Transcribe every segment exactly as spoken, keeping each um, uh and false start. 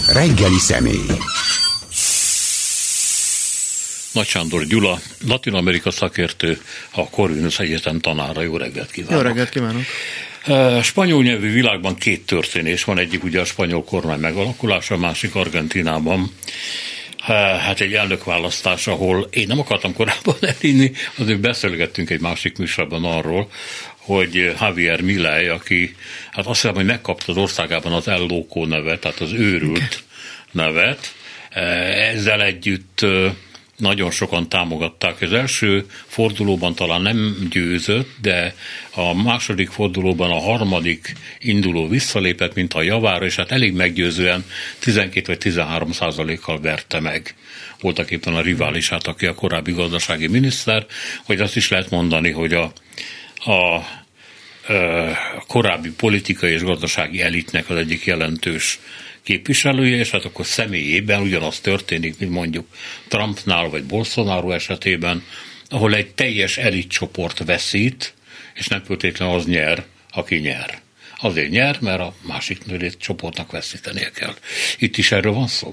Reggeli személy. Nagy Sándor Gyula, Latin-Amerika szakértő, a Corvinus Egyetem tanára. Jó reggelt kívánok! Jó reggelt kívánok! Spanyol nyelvű világban két történés van, egyik ugye a spanyol kormány megalakulása, a másik Argentínában. Hát egy elnökválasztás, ahol én nem akartam korábban elhinni, azért beszélgettünk egy másik műsorban arról, hogy Javier Milei, aki hát azt hiszem, hogy megkapta az országában az El Loco nevet, tehát az őrült nevet, ezzel együtt nagyon sokan támogatták. Az első fordulóban talán nem győzött, de a második fordulóban a harmadik induló visszalépett, mint a javára, és hát elég meggyőzően tizenkét vagy tizenhárom százalékkal verte meg. Voltak éppen a riválisát, aki a korábbi gazdasági miniszter, hogy azt is lehet mondani, hogy a, a, a korábbi politikai és gazdasági elitnek az egyik jelentős képviselője, és hát akkor személyében ugyanaz történik, mint mondjuk Trumpnál vagy Bolsonaro esetében, ahol egy teljes elitcsoport veszít, és nem feltétlenül az nyer, aki nyer. Azért nyer, mert a másik csoportnak veszítenie kell. Itt is erről van szó?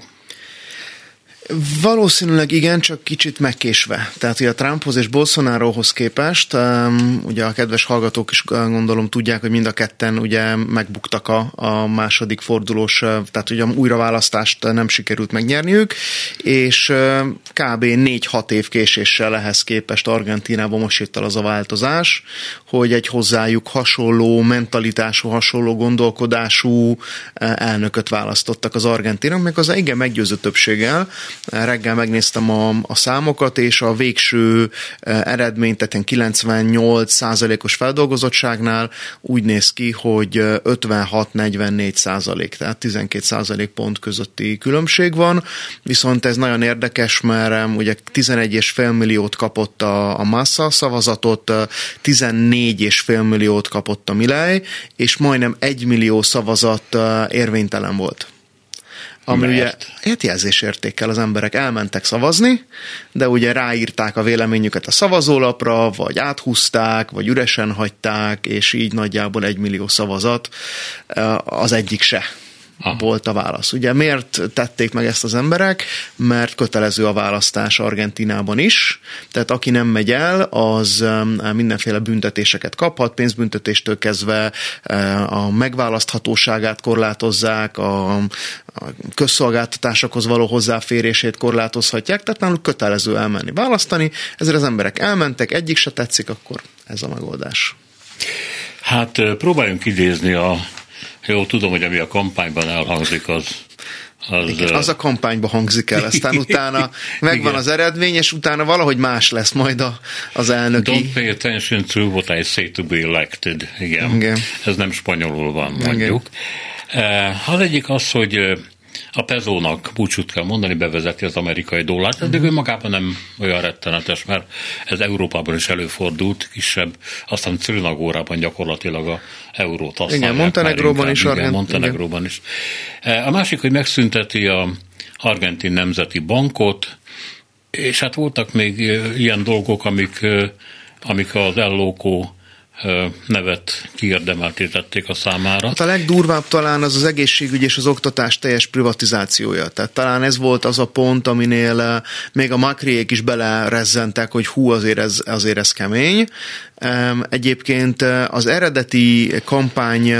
Valószínűleg igen, csak kicsit megkésve. Tehát ugye a Trumphoz és Bolsonarohoz képest, um, ugye a kedves hallgatók is gondolom tudják, hogy mind a ketten ugye megbuktak a, a második fordulós, tehát ugye újraválasztást nem sikerült megnyerniük, és uh, kb. négy-hat év késéssel ehhez képest Argentínában most jött el az a változás, hogy egy hozzájuk hasonló mentalitású, hasonló gondolkodású elnököt választottak az argentinok, meg az igen meggyőző többséggel. Reggel megnéztem a, a számokat, és a végső eredmény, tehát kilencvennyolc százalékos feldolgozottságnál úgy néz ki, hogy ötvenhat-negyvennégy százalék, tehát tizenkét százalék pont közötti különbség van, viszont ez nagyon érdekes, mert ugye tizenegy egész öt milliót kapott a, a Massa szavazatot, tizennégy egész öt milliót kapott a Milei, és majdnem egy millió szavazat érvénytelen volt. Ami ugye hát jelzésértékkel az emberek elmentek szavazni, de ugye ráírták a véleményüket a szavazólapra, vagy áthúzták, vagy üresen hagyták, és így nagyjából egy millió szavazat az egyik se. Aha. Volt a válasz. Ugye miért tették meg ezt az emberek? Mert kötelező a választás Argentínában is, tehát aki nem megy el, az mindenféle büntetéseket kaphat, pénzbüntetéstől kezdve a megválaszthatóságát korlátozzák, a közszolgáltatásokhoz való hozzáférését korlátozhatják, tehát náluk kötelező elmenni választani, ezért az emberek elmentek, egyik se tetszik, akkor ez a megoldás. Hát próbáljunk idézni a Jó, tudom, hogy ami a kampányban elhangzik, az... Az, igen, az a kampányban hangzik el, aztán utána megvan igen. az eredmény, és utána valahogy más lesz majd a, az elnöki... Don't pay attention to what I say to be elected. Igen. igen. Ez nem spanyolul van, mondjuk. Igen. Az egyik az, hogy a pezónak búcsút kell mondani, bevezeti az amerikai dollárt, eddig ő magában nem olyan rettenetes, mert ez Európában is előfordult, kisebb, aztán Trnagórában gyakorlatilag a eurót használják. Igen, Montenegróban is. Igen, Montenegróban is. A másik, hogy megszünteti a Argentin Nemzeti Bankot, és hát voltak még ilyen dolgok, amik, amik az El Loco nevet kiérdemeltették a számára. Hát a legdurvább talán az az egészségügy és az oktatás teljes privatizációja. Tehát talán ez volt az a pont, aminél még a Macriék is belerezzentek, hogy hú, azért ez, azért ez kemény. Egyébként az eredeti kampány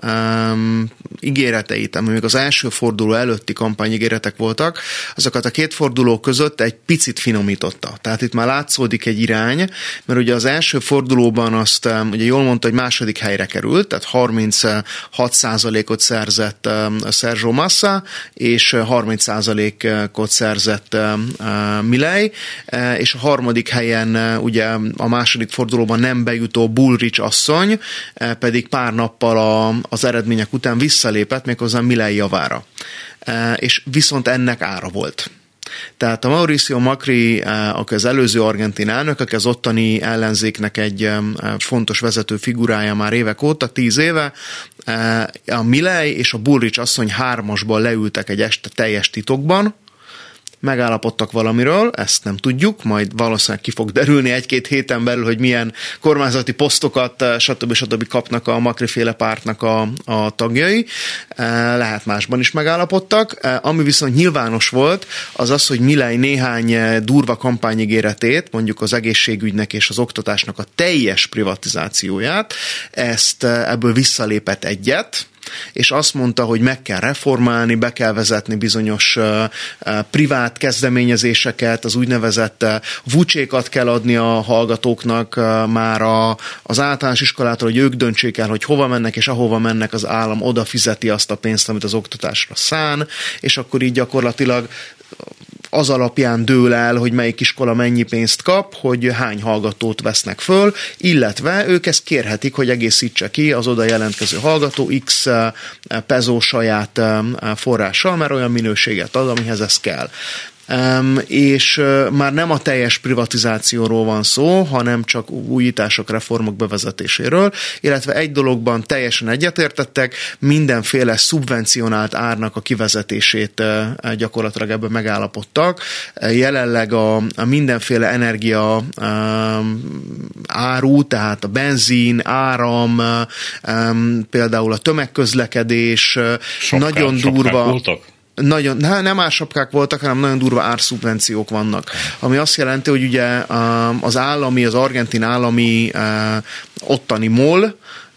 ígéreteit, ami még az első forduló előtti kampányígéretek voltak, azokat a két forduló között egy picit finomította. Tehát itt már látszódik egy irány, mert ugye az első fordulóban azt ugye jól mondta, hogy második helyre került, tehát harminchat százalékot szerzett Sergio Massa, és harminc százalékot szerzett Milei, és a harmadik helyen ugye a második fordulóban nem bejutó Bullrich asszony pedig pár nappal a, az eredmények után visszalépett, méghozzá Milei javára. És viszont ennek ára volt. Tehát a Mauricio Macri, aki az előző argentin elnök, aki az ottani ellenzéknek egy fontos vezető figurája már évek óta, tíz éve, a Milei és a Bullrich asszony hármasban leültek egy este teljes titokban, megállapodtak valamiről, ezt nem tudjuk, majd valószínűleg ki fog derülni egy-két héten belül, hogy milyen kormányzati posztokat, stb. stb. Kapnak a Macri-féle pártnak a, a tagjai. Lehet másban is megállapodtak. Ami viszont nyilvános volt, az az, hogy Milei néhány durva kampányigéretét, mondjuk az egészségügynek és az oktatásnak a teljes privatizációját, ezt ebből visszalépett egyet, és azt mondta, hogy meg kell reformálni, be kell vezetni bizonyos uh, uh, privát kezdeményezéseket, az úgynevezett uh, vucsékat kell adni a hallgatóknak uh, már a, az általános iskolától, hogy ők döntsék el, hogy hova mennek, és ahova mennek, az állam oda fizeti azt a pénzt, amit az oktatásra szán, és akkor így gyakorlatilag az alapján dől el, hogy melyik iskola mennyi pénzt kap, hogy hány hallgatót vesznek föl, illetve ők ezt kérhetik, hogy egészítse ki az oda jelentkező hallgató X pezó saját forrással, mert olyan minőséget ad, amihez ez kell. Um, és uh, már nem a teljes privatizációról van szó, hanem csak újítások, reformok bevezetéséről, illetve egy dologban teljesen egyetértettek, mindenféle szubvencionált árnak a kivezetését uh, gyakorlatilag ebben megállapodtak. Uh, jelenleg a, a mindenféle energia uh, áru, tehát a benzin, áram, uh, um, például a tömegközlekedés, uh, Sopkák, nagyon durva... voltak? Nagyon, nem ársapkák voltak, hanem nagyon durva árszubvenciók vannak. Ami azt jelenti, hogy ugye az állami, az argentin állami ottani MOL,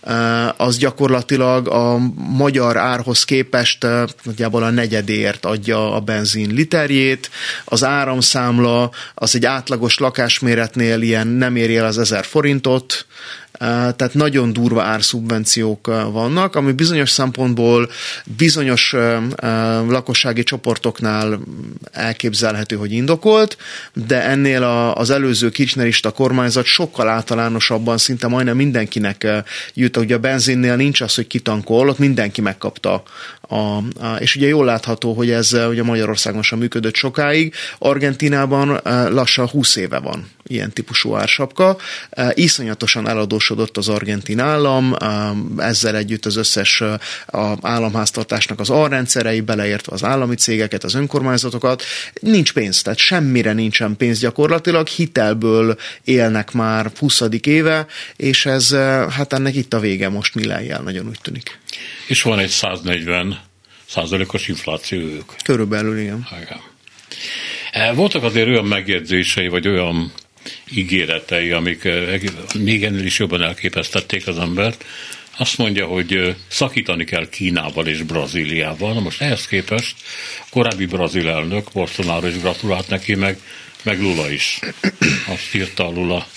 az gyakorlatilag a magyar árhoz képest nagyjából a negyedért adja a benzin literjét. Az áramszámla az egy átlagos lakásméretnél ilyen nem éri el az ezer forintot, tehát nagyon durva árszubvenciók vannak, ami bizonyos szempontból bizonyos lakossági csoportoknál elképzelhető, hogy indokolt, de ennél az előző kirchnerista kormányzat sokkal általánosabban szinte majdnem mindenkinek jut, ugye a benzinnél nincs az, hogy kitankol, ott mindenki megkapta. A, a, és ugye jól látható, hogy ez ugye Magyarországon sem működött sokáig, Argentinában lassan húsz éve van ilyen típusú ársapka. Iszonyatosan eladósodott az argentin állam, ezzel együtt az összes államháztartásnak az alrendszerei, beleértve az állami cégeket, az önkormányzatokat. Nincs pénz, tehát semmire nincsen pénz gyakorlatilag, hitelből élnek már huszadik éve, és ez, hát ennek itt a vége most Milejjel, nagyon úgy tűnik. És van egy száznegyven százalékos inflációjuk. Körülbelül, igen. igen. Voltak azért olyan megjegyzései, vagy olyan ígéretei, amik még ennél is jobban elképesztették az embert. Azt mondja, hogy szakítani kell Kínával és Brazíliával. Na most ehhez képest a korábbi brazil elnök, Bolsonaro is gratulált neki, meg, meg Lula is. Azt írta Lula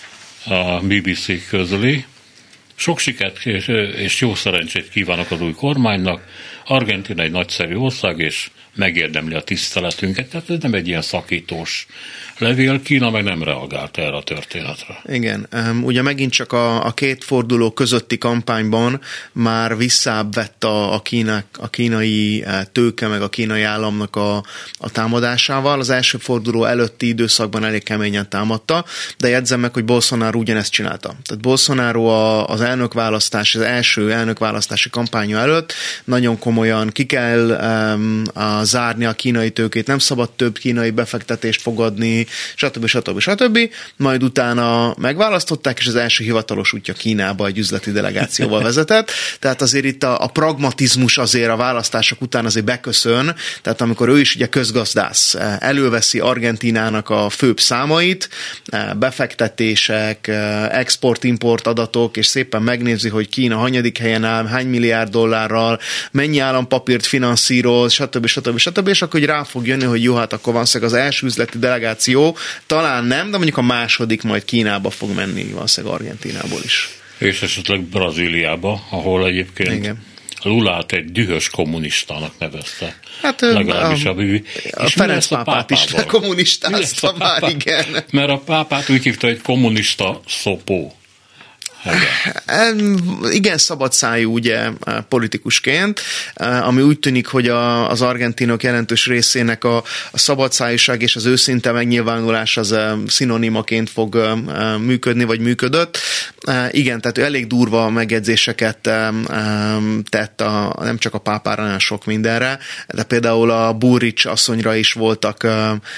a bé bé cé közöli. Sok sikert és jó szerencsét kívánok az új kormánynak. Argentina egy nagyszerű ország, és megérdemli a tiszteletünket. Tehát ez nem egy ilyen szakítós levél, Kína meg nem reagált erre a történetre. Igen, ugye megint csak a, a két forduló közötti kampányban már visszább vett a, a, Kína, a kínai tőke, meg a kínai államnak a, a támadásával. Az első forduló előtti időszakban elég keményen támadta, de jegyzem meg, hogy Bolsonaro ugyanezt csinálta. Tehát Bolsonaro a, az elnökválasztás, az első elnökválasztási kampánya előtt nagyon komolyan ki kell um, a, zárni a kínai tőkét, nem szabad több kínai befektetést fogadni, stb. stb. stb. Majd utána megválasztották, és az első hivatalos útja Kínába egy üzleti delegációval vezetett. Tehát azért itt a, a pragmatizmus azért a választások után azért beköszön, tehát amikor ő is ugye közgazdász, előveszi Argentinának a főbb számait, befektetések, export-import adatok, és szépen megnézi, hogy Kína hanyadik helyen áll, hány milliárd dollárral, mennyi állampapírt finanszíroz, stb. stb. stb. És akkor rá fog jönni, hogy jó, hát akkor valószínűleg az első üzleti delegáció talán nem, de mondjuk a második majd Kínába fog menni, valószínűleg Argentinából is. És esetleg Brazíliába, ahol egyébként igen. Lulát egy dühös kommunistának nevezte. Hát legalábbis a, a bűvi. A Ferenc pápát is kommunistázta már, igen. Mert a pápát úgy hívta, hogy kommunista szopó. Igen, igen szabadszájú ugye politikusként, ami úgy tűnik, hogy a, az argentinok jelentős részének a, a szabadszájúság és az őszinte megnyilvánulás az szinonimaként fog működni, vagy működött. Igen, tehát ő elég durva megjegyzéseket tett a, nem csak a pápára, hanem sok mindenre, de például a Burrich asszonyra is voltak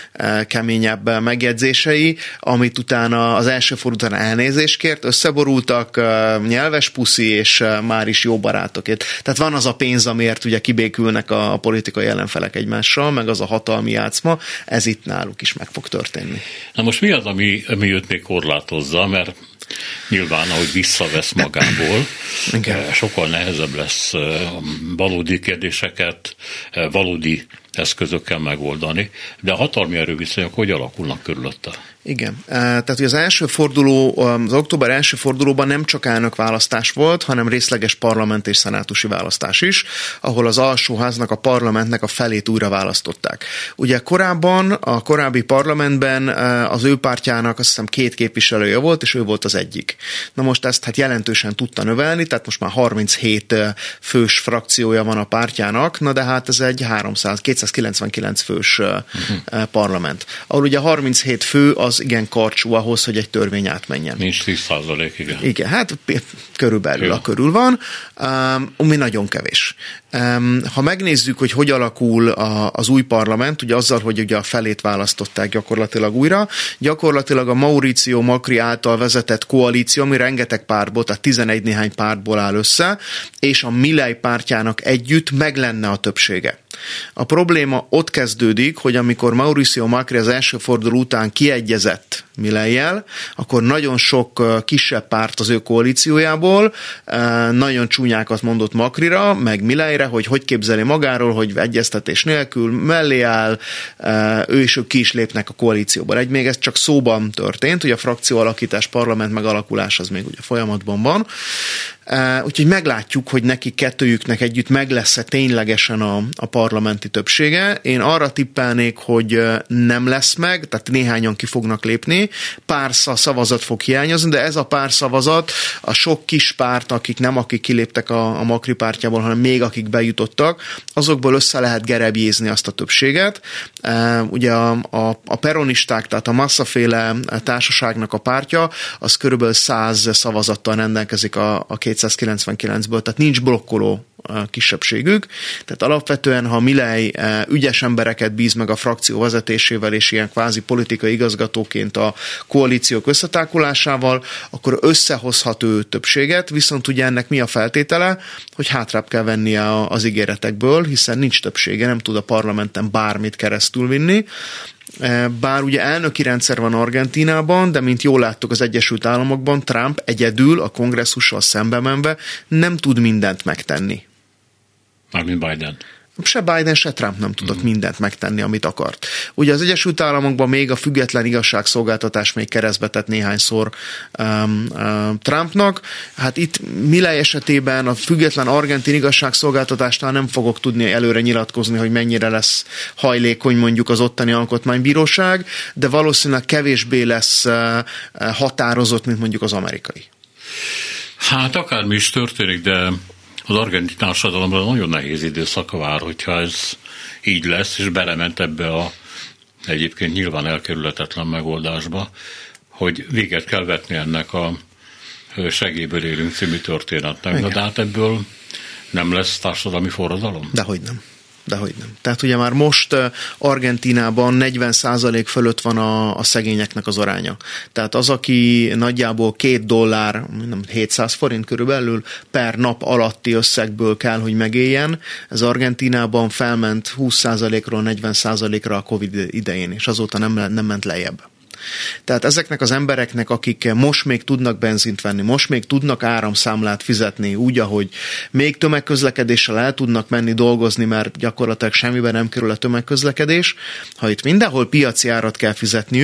keményebb megjegyzései, amit utána az első forduló után elnézést kért, összeborultak, nyelves puszi, és már is jó barátokért. Tehát van az a pénz, amiért ugye kibékülnek a politikai ellenfelek egymással, meg az a hatalmi játszma, ez itt náluk is meg fog történni. Na most mi az, ami, ami őt még korlátozza, mert nyilván, ahogy visszavesz magából, igen, sokkal nehezebb lesz valódi kérdéseket, valódi eszközökkel megoldani, de a hatalmi erőviszonyok hogy alakulnak körülötte? Igen. Tehát hogy az első forduló, az október első fordulóban nem csak elnökválasztás volt, hanem részleges parlament és szenátusi választás is, ahol az alsóháznak, a parlamentnek a felét újra választották. Ugye korábban, a korábbi parlamentben az ő pártjának azt hiszem két képviselője volt, és ő volt az egyik. Na most ezt hát jelentősen tudta növelni, tehát most már harminchét fős frakciója van a pártjának, na de hát ez egy háromszáz, kétszázkilencvenkilenc fős uh-huh. parlament. Ahol ugye harminchét fő az igen karcsú ahhoz, hogy egy törvény átmenjen. Nincs tíz százalék, igen. Igen, hát körülbelül Jó. a körül van, ami nagyon kevés. Ha megnézzük, hogy hogy alakul az új parlament, ugye azzal, hogy ugye a felét választották gyakorlatilag újra, gyakorlatilag a Mauricio Macri által vezetett koalíció, ami rengeteg pártból, tehát tizenegy néhány pártból áll össze, és a Milei pártjának együtt meg lenne a többsége. A probléma ott kezdődik, hogy amikor Mauricio Macri az első forduló után kiegyezett Milejjel, akkor nagyon sok kisebb párt az ő koalíciójából nagyon csúnyákat mondott Macrira, meg Milejre, hogy hogy képzeli magáról, hogy egyeztetés nélkül mellé áll, ő és ők ki is lépnek a koalícióban. Egy még ez csak szóban történt, hogy a frakcióalakítás, parlament megalakulás az még ugye folyamatban van. Úgyhogy meglátjuk, hogy neki kettőjüknek együtt meg lesz-e ténylegesen a, a parlamenti többsége. Én arra tippelnék, hogy nem lesz meg, tehát néhányan ki fognak lépni, pár szavazat fog hiányozni, de ez a pár szavazat a sok kis párt, akik nem akik kiléptek a, a Macri pártjából, hanem még akik bejutottak, azokból össze lehet gerebjézni azt a többséget. Ugye a, a, a peronisták, tehát a Massa-féle társaságnak a pártja, az körülbelül száz szavazattal rendelkezik a, a kétszázkilencvenkilencből, tehát nincs blokkoló kisebbségük. Tehát alapvetően, ha Milei ügyes embereket bíz meg a frakció vezetésével, és ilyen kvázi politikai igazgatóként a koalíciók összetákulásával, akkor összehozhat ő többséget, viszont ugye ennek mi a feltétele, hogy hátrább kell vennie az ígéretekből, hiszen nincs többsége, nem tud a parlamenten bármit keresztül vinni. Bár ugye elnöki rendszer van Argentínában, de mint jól láttuk az Egyesült Államokban, Trump egyedül a kongresszussal szembe menve nem tud mindent megtenni. Mármint Biden. Se Biden, se Trump nem tudott mm. mindent megtenni, amit akart. Ugye az Egyesült Államokban még a független igazságszolgáltatás még keresztbe tett néhányszor um, um, Trumpnak. Hát itt Milei esetében a független argentin igazságszolgáltatásnál nem fogok tudni előre nyilatkozni, hogy mennyire lesz hajlékony mondjuk az ottani alkotmánybíróság, de valószínűleg kevésbé lesz uh, határozott, mint mondjuk az amerikai. Hát akármi is történik, de az argentin társadalomban nagyon nehéz időszaka vár, hogyha ez így lesz, és belement ebbe a egyébként nyilván elkerülhetetlen megoldásba, hogy véget kell vetni ennek a Segélyből élünk című történetnek. De hát ebből nem lesz társadalmi forradalom? Dehogy nem. Dehogy nem. Tehát ugye már most Argentínában negyven százalék fölött van a, a szegényeknek az aránya. Tehát az, aki nagyjából két dollár, nem, hétszáz forint körülbelül per nap alatti összegből kell, hogy megéljen, ez Argentínában felment húsz százalékról negyven százalékra a Covid idején, és azóta nem, nem ment lejjebb. Tehát ezeknek az embereknek, akik most még tudnak benzint venni, most még tudnak áramszámlát fizetni úgy, ahogy még tömegközlekedéssel el tudnak menni dolgozni, mert gyakorlatilag semmiben nem kerül a tömegközlekedés, ha itt mindenhol piaci árat kell fizetniük,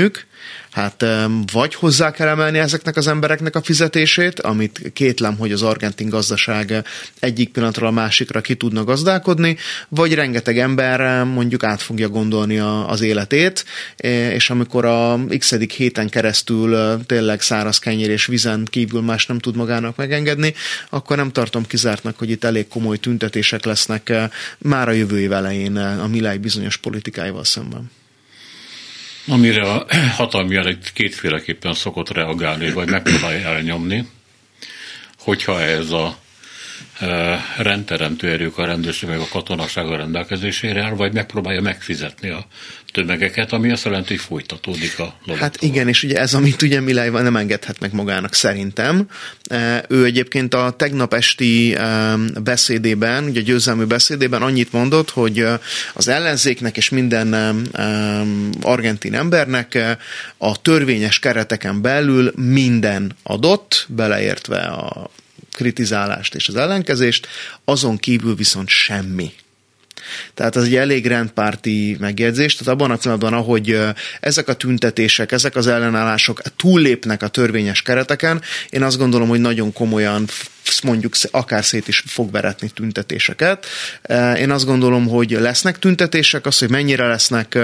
Hát vagy hozzá kell emelni ezeknek az embereknek a fizetését, amit kétlem, hogy az argentin gazdaság egyik pillanatról a másikra ki tudna gazdálkodni, vagy rengeteg ember mondjuk át fogja gondolni a, az életét, és amikor a x-edik héten keresztül tényleg száraz kenyér és vizen kívül más nem tud magának megengedni, akkor nem tartom kizártnak, hogy itt elég komoly tüntetések lesznek már a jövő év elején a Milei bizonyos politikáival szemben. Amire a hatalmi elit kétféleképpen szokott reagálni, vagy megpróbálja elnyomni, hogyha ez a e, rendteremtő erők, a rendőrség meg a katonaság a rendelkezésére áll, vagy megpróbálja megfizetni a tömegeket, ami azt jelenti, hogy folytatódik a dolog. Hát igen, és ugye ez, amit ugye Milei nem engedhet meg magának szerintem. Ő egyébként a tegnap esti beszédében, ugye győzelmű beszédében annyit mondott, hogy az ellenzéknek és minden argentin embernek a törvényes kereteken belül minden adott, beleértve a kritizálást és az ellenkezést, azon kívül viszont semmi. Tehát ez egy elég rendpárti megjegyzés, tehát abban a pillanatban, ahogy ezek a tüntetések, ezek az ellenállások túllépnek a törvényes kereteken, én azt gondolom, hogy nagyon komolyan mondjuk akár szét is fog veretni tüntetéseket. Én azt gondolom, hogy lesznek tüntetések, az, hogy mennyire lesznek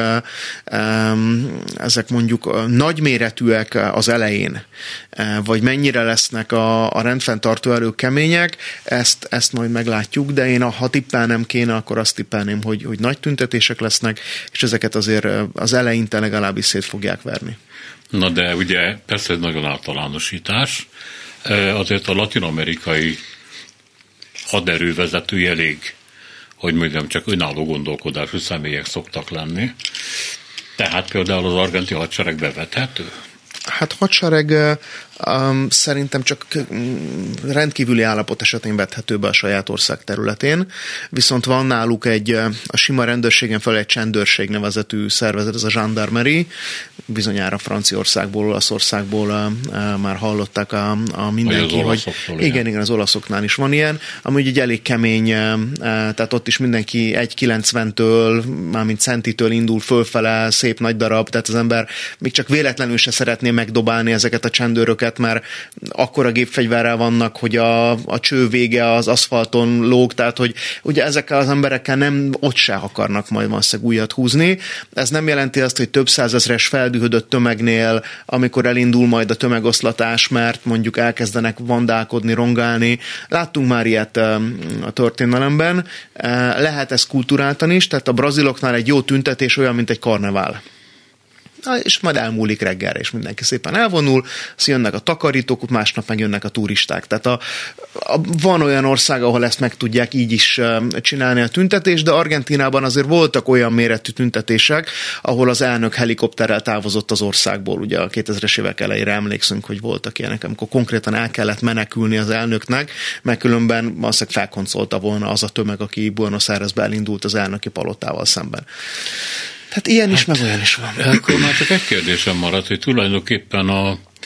ezek mondjuk nagyméretűek az elején, vagy mennyire lesznek a, a rendfenntartó erők kemények, ezt, ezt majd meglátjuk, de én ha tippelnem kéne, akkor azt tippelném, hogy, hogy nagy tüntetések lesznek, és ezeket azért az eleinte legalábbis szét fogják verni. Na de ugye persze ez nagyon általánosítás, azért a latin-amerikai haderővezetői elég, hogy mondjam, csak önálló gondolkodású személyek szoktak lenni. Tehát például az argentin hadsereg bevethető? Hát hadsereg um, szerintem csak rendkívüli állapot esetén vethető be a saját ország területén, viszont van náluk egy, a sima rendőrségen felül egy csendőrség nevezetű szervezet, ez a gendarmerie, bizonyára Franciaországból, Olaszországból uh, már hallották a, a mindenki, hogy igen, igen, az olaszoknál is van ilyen, ami egy elég kemény, uh, tehát ott is mindenki egy kilencventől, mármint centitől indul fölfele, szép nagy darab, tehát az ember még csak véletlenül se szeretné megdobálni ezeket a csendőröket, mert akkora gépfegyverrel vannak, hogy a, a cső vége az aszfalton lóg, tehát hogy ugye ezekkel az emberekkel nem ott se akarnak majd valószínűleg újat húzni. Ez nem jelenti azt, hogy több százezres feldühödött tömegnél, amikor elindul majd a tömegoszlatás, mert mondjuk elkezdenek vandálkodni, rongálni. Láttunk már ilyet a történelemben. Lehet ez kulturáltan is, tehát a braziloknál egy jó tüntetés olyan, mint egy karnevál. És majd elmúlik reggelre, és mindenki szépen elvonul, azt jönnek a takarítók, másnap megjönnek a turisták. Tehát a, a, van olyan ország, ahol ezt meg tudják így is csinálni a tüntetést, de Argentínában azért voltak olyan méretű tüntetések, ahol az elnök helikopterrel távozott az országból. Ugye a kétezres évek elejére emlékszünk, hogy voltak ilyenek, amikor konkrétan el kellett menekülni az elnöknek, mert különben valószínűleg felkoncolta volna az a tömeg, aki Buenos Airesbe elindult az elnöki palotával szemben. Tehát ilyen hát, is, meg olyan is van. Akkor már csak egy kérdésem maradt, hogy tulajdonképpen a,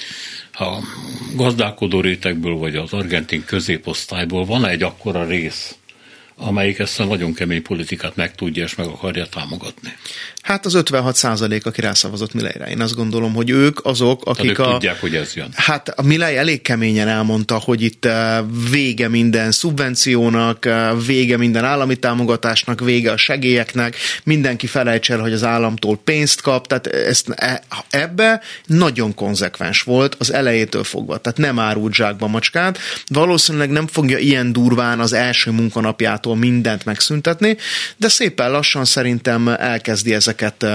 a gazdálkodó rétegből, vagy az argentin középosztályból van egy akkora rész, amelyik ezt a nagyon kemény politikát meg tudja és meg akarja támogatni? Hát az ötvenhat százalék, aki rászavazott Mileire. Én azt gondolom, hogy ők azok, akik ők a... tudják, hogy ez jön. Hát a Milei elég keményen elmondta, hogy itt vége minden szubvenciónak, vége minden állami támogatásnak, vége a segélyeknek, mindenki felejts el, hogy az államtól pénzt kap, tehát ezt, ebbe nagyon konzekvens volt az elejétől fogva, tehát nem árult zsákba macskát. Valószínűleg nem fogja ilyen durván az első munkanapjától mindent megszüntetni, de szépen lassan szerintem elkezdi ezeket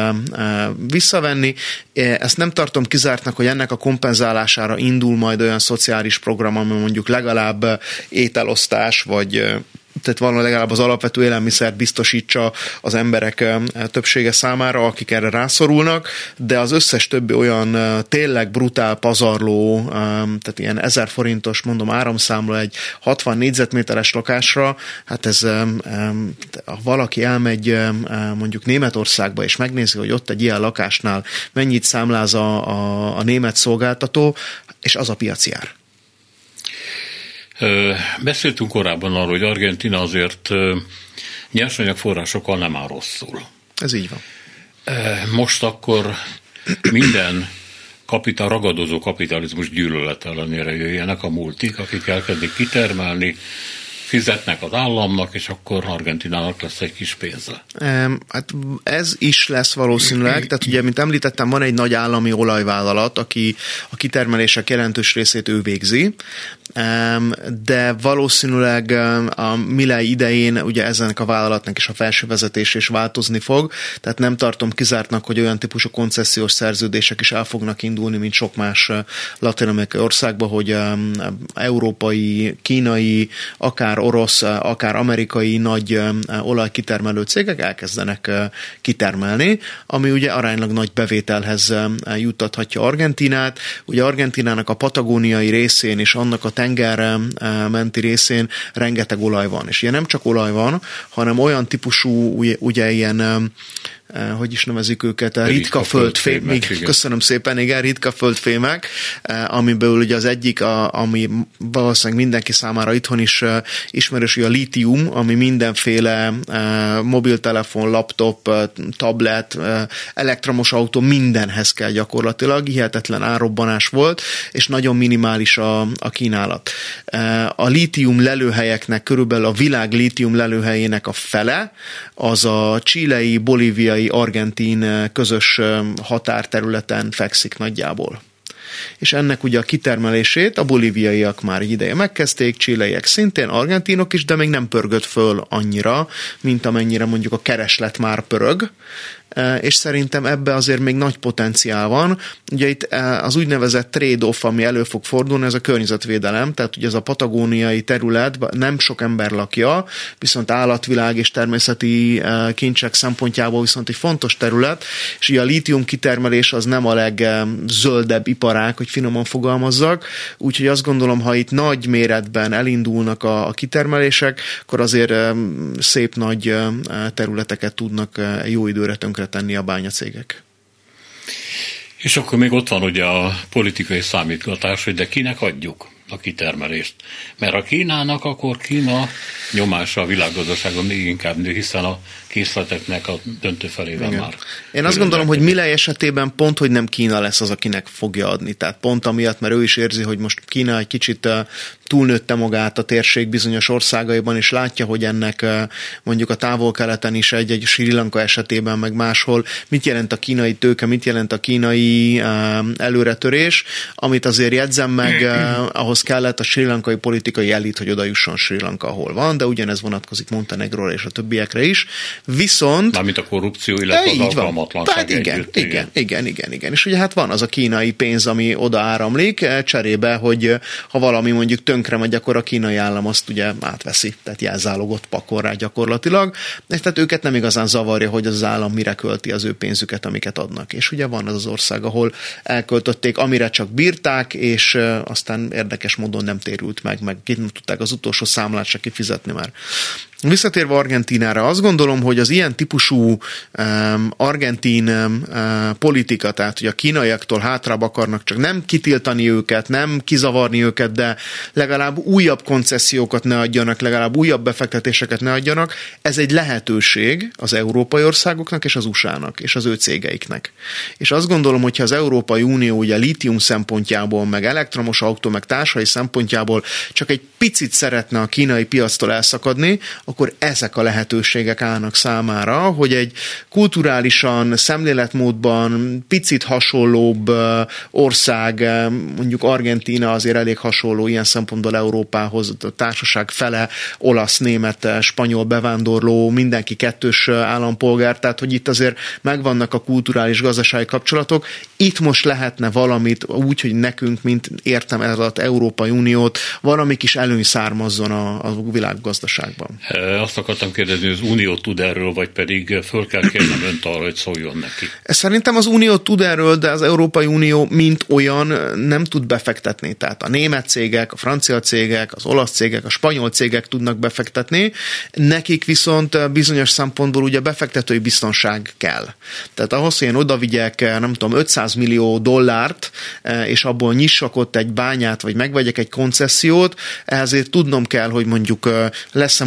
visszavenni. Ezt nem tartom kizártnak, hogy ennek a kompenzálására indul majd olyan szociális program, ami mondjuk legalább ételosztás, vagy tehát valami legalább az alapvető élelmiszert biztosítsa az emberek többsége számára, akik erre rászorulnak, de az összes többi olyan tényleg brutál pazarló, tehát ilyen ezer forintos, mondom, áramszámla egy hatvan négyzetméteres lakásra, hát ez, ha valaki elmegy mondjuk Németországba, és megnézi, hogy ott egy ilyen lakásnál mennyit számláz a, a, a német szolgáltató, és az a piaci ár. Beszéltünk korábban arról, hogy Argentína azért nyersanyagforrásokkal nem áll rosszul. Ez így van. Most akkor minden kapitál, ragadozó kapitalizmus gyűlölet ellenére jöjjenek a multik, akik elkezdik kitermelni, fizetnek az államnak, és akkor Argentinának lesz egy kis pénze. Hát ez is lesz valószínűleg, tehát ugye, mint említettem, van egy nagy állami olajvállalat, aki a kitermelések jelentős részét ő végzi, de valószínűleg a Milei idején ugye ezenek a vállalatnak is a felső vezetés is változni fog, tehát nem tartom kizártnak, hogy olyan típusú koncesziós szerződések is el fognak indulni, mint sok más latin-amerikai országban, hogy európai, kínai, akár orosz, akár amerikai nagy olajkitermelő cégek elkezdenek kitermelni, ami ugye aránylag nagy bevételhez juttathatja Argentínát. Ugye Argentinának a patagóniai részén és annak a tengerre menti részén rengeteg olaj van. És ilyen nem csak olaj van, hanem olyan típusú, ugye, ugye ilyen hogy is nevezik őket, a ritka földfémek, köszönöm szépen, igen, ritka földfémek, amiből ugye az egyik, a, ami valószínűleg mindenki számára itthon is ismerős, hogy a lítium, ami mindenféle mobiltelefon, laptop, tablet, elektromos autó, mindenhez kell gyakorlatilag, hihetetlen árrobbanás volt, és nagyon minimális a, a kínálat. A lítium lelőhelyeknek, körülbelül a világ lítium lelőhelyének a fele, az a chilei, bolíviai, argentin közös határterületen fekszik nagyjából. És ennek ugye a kitermelését a bolíviaiak már egy ideje megkezdték, chileiek szintén, argentinok is, de még nem pörgött föl annyira, mint amennyire mondjuk a kereslet már pörög, és szerintem ebbe azért még nagy potenciál van. Ugye itt az úgynevezett trade-off, ami elő fog fordulni, ez a környezetvédelem, tehát ugye ez a patagóniai terület nem sok ember lakja, viszont állatvilág és természeti kincsek szempontjából viszont egy fontos terület, és ugye a lítium kitermelés az nem a legzöldebb iparág, hogy finoman fogalmazzak, úgyhogy azt gondolom, ha itt nagy méretben elindulnak a, a kitermelések, akkor azért szép nagy területeket tudnak jó időre tönkre tenni a bányacégek. És akkor még ott van ugye a politikai számítgatás, hogy de kinek adjuk a kitermelést. Mert a Kínának, akkor Kína nyomása a világgazdaságon még inkább nő, hiszen a készleteknek a döntő felében igen. Már. Én azt gondolom, hogy Milei esetében pont, hogy nem Kína lesz az, akinek fogja adni. Tehát pont amiatt, mert ő is érzi, hogy most Kína egy kicsit túlnőtte magát a térség bizonyos országaiban, és látja, hogy ennek mondjuk a távol-keleten is egy-egy Sri Lanka esetében, meg máshol, mit jelent a kínai tőke, mit jelent a kínai előretörés, amit azért jegyzem meg, ahhoz kellett a sri lankai politikai elit, hogy oda jusson Sri Lanka, ahol van, de ugyanez vonatkozik Montenegróra és a többiekre is. Viszont... Mármint a korrupció, illetve az alkalmatlanság igen, együtt. Igen, igen, igen, igen, igen. És ugye hát van az a kínai pénz, ami oda áramlik, cserébe, hogy ha valami mondjuk tönkre megy, akkor a kínai állam azt ugye átveszi, tehát jelzálogot pakol rá gyakorlatilag. Tehát őket nem igazán zavarja, hogy az állam mire költi az ő pénzüket, amiket adnak. És ugye van az az ország, ahol elköltötték, amire csak bírták, és aztán érdekes módon nem térült meg, meg ki nem tudták az utolsó számlát se kifizetni már. Visszatérve Argentínára, azt gondolom, hogy az ilyen típusú um, argentin um, politika, tehát hogy a kínaiaktól hátrább akarnak csak nem kitiltani őket, nem kizavarni őket, de legalább újabb koncesziókat ne adjanak, legalább újabb befektetéseket ne adjanak, ez egy lehetőség az európai országoknak és az u es á-nak és az ő cégeiknek. És azt gondolom, hogyha az Európai Unió ugye lítium szempontjából, meg elektromos autó, meg társai szempontjából csak egy picit szeretne a kínai piactól elszakadni, akkor ezek a lehetőségek állnak számára, hogy egy kulturálisan, szemléletmódban picit hasonlóbb ország, mondjuk Argentína azért elég hasonló ilyen szempontból Európához, a társaság fele olasz, német, spanyol bevándorló, mindenki kettős állampolgár, tehát hogy itt azért megvannak a kulturális gazdasági kapcsolatok. Itt most lehetne valamit úgy, hogy nekünk, mint értem ez alatt Európai Uniót, valami kis előny származzon a, a világgazdaságban. Azt akartam kérdezni, hogy az Unió tud erről, vagy pedig föl kell kérnem önt arra, hogy szóljon neki. Szerintem az Unió tud erről, de az Európai Unió mint olyan nem tud befektetni. Tehát a német cégek, a francia cégek, az olasz cégek, a spanyol cégek tudnak befektetni, nekik viszont bizonyos szempontból ugye befektetői biztonság kell. Tehát ahhoz, hogy én oda vigyek, nem tudom, ötszáz millió dollárt, és abból nyissak ott egy bányát, vagy megvegyek egy koncessziót, ezért tudnom kell, hogy mondjuk lesz-e munkaerő,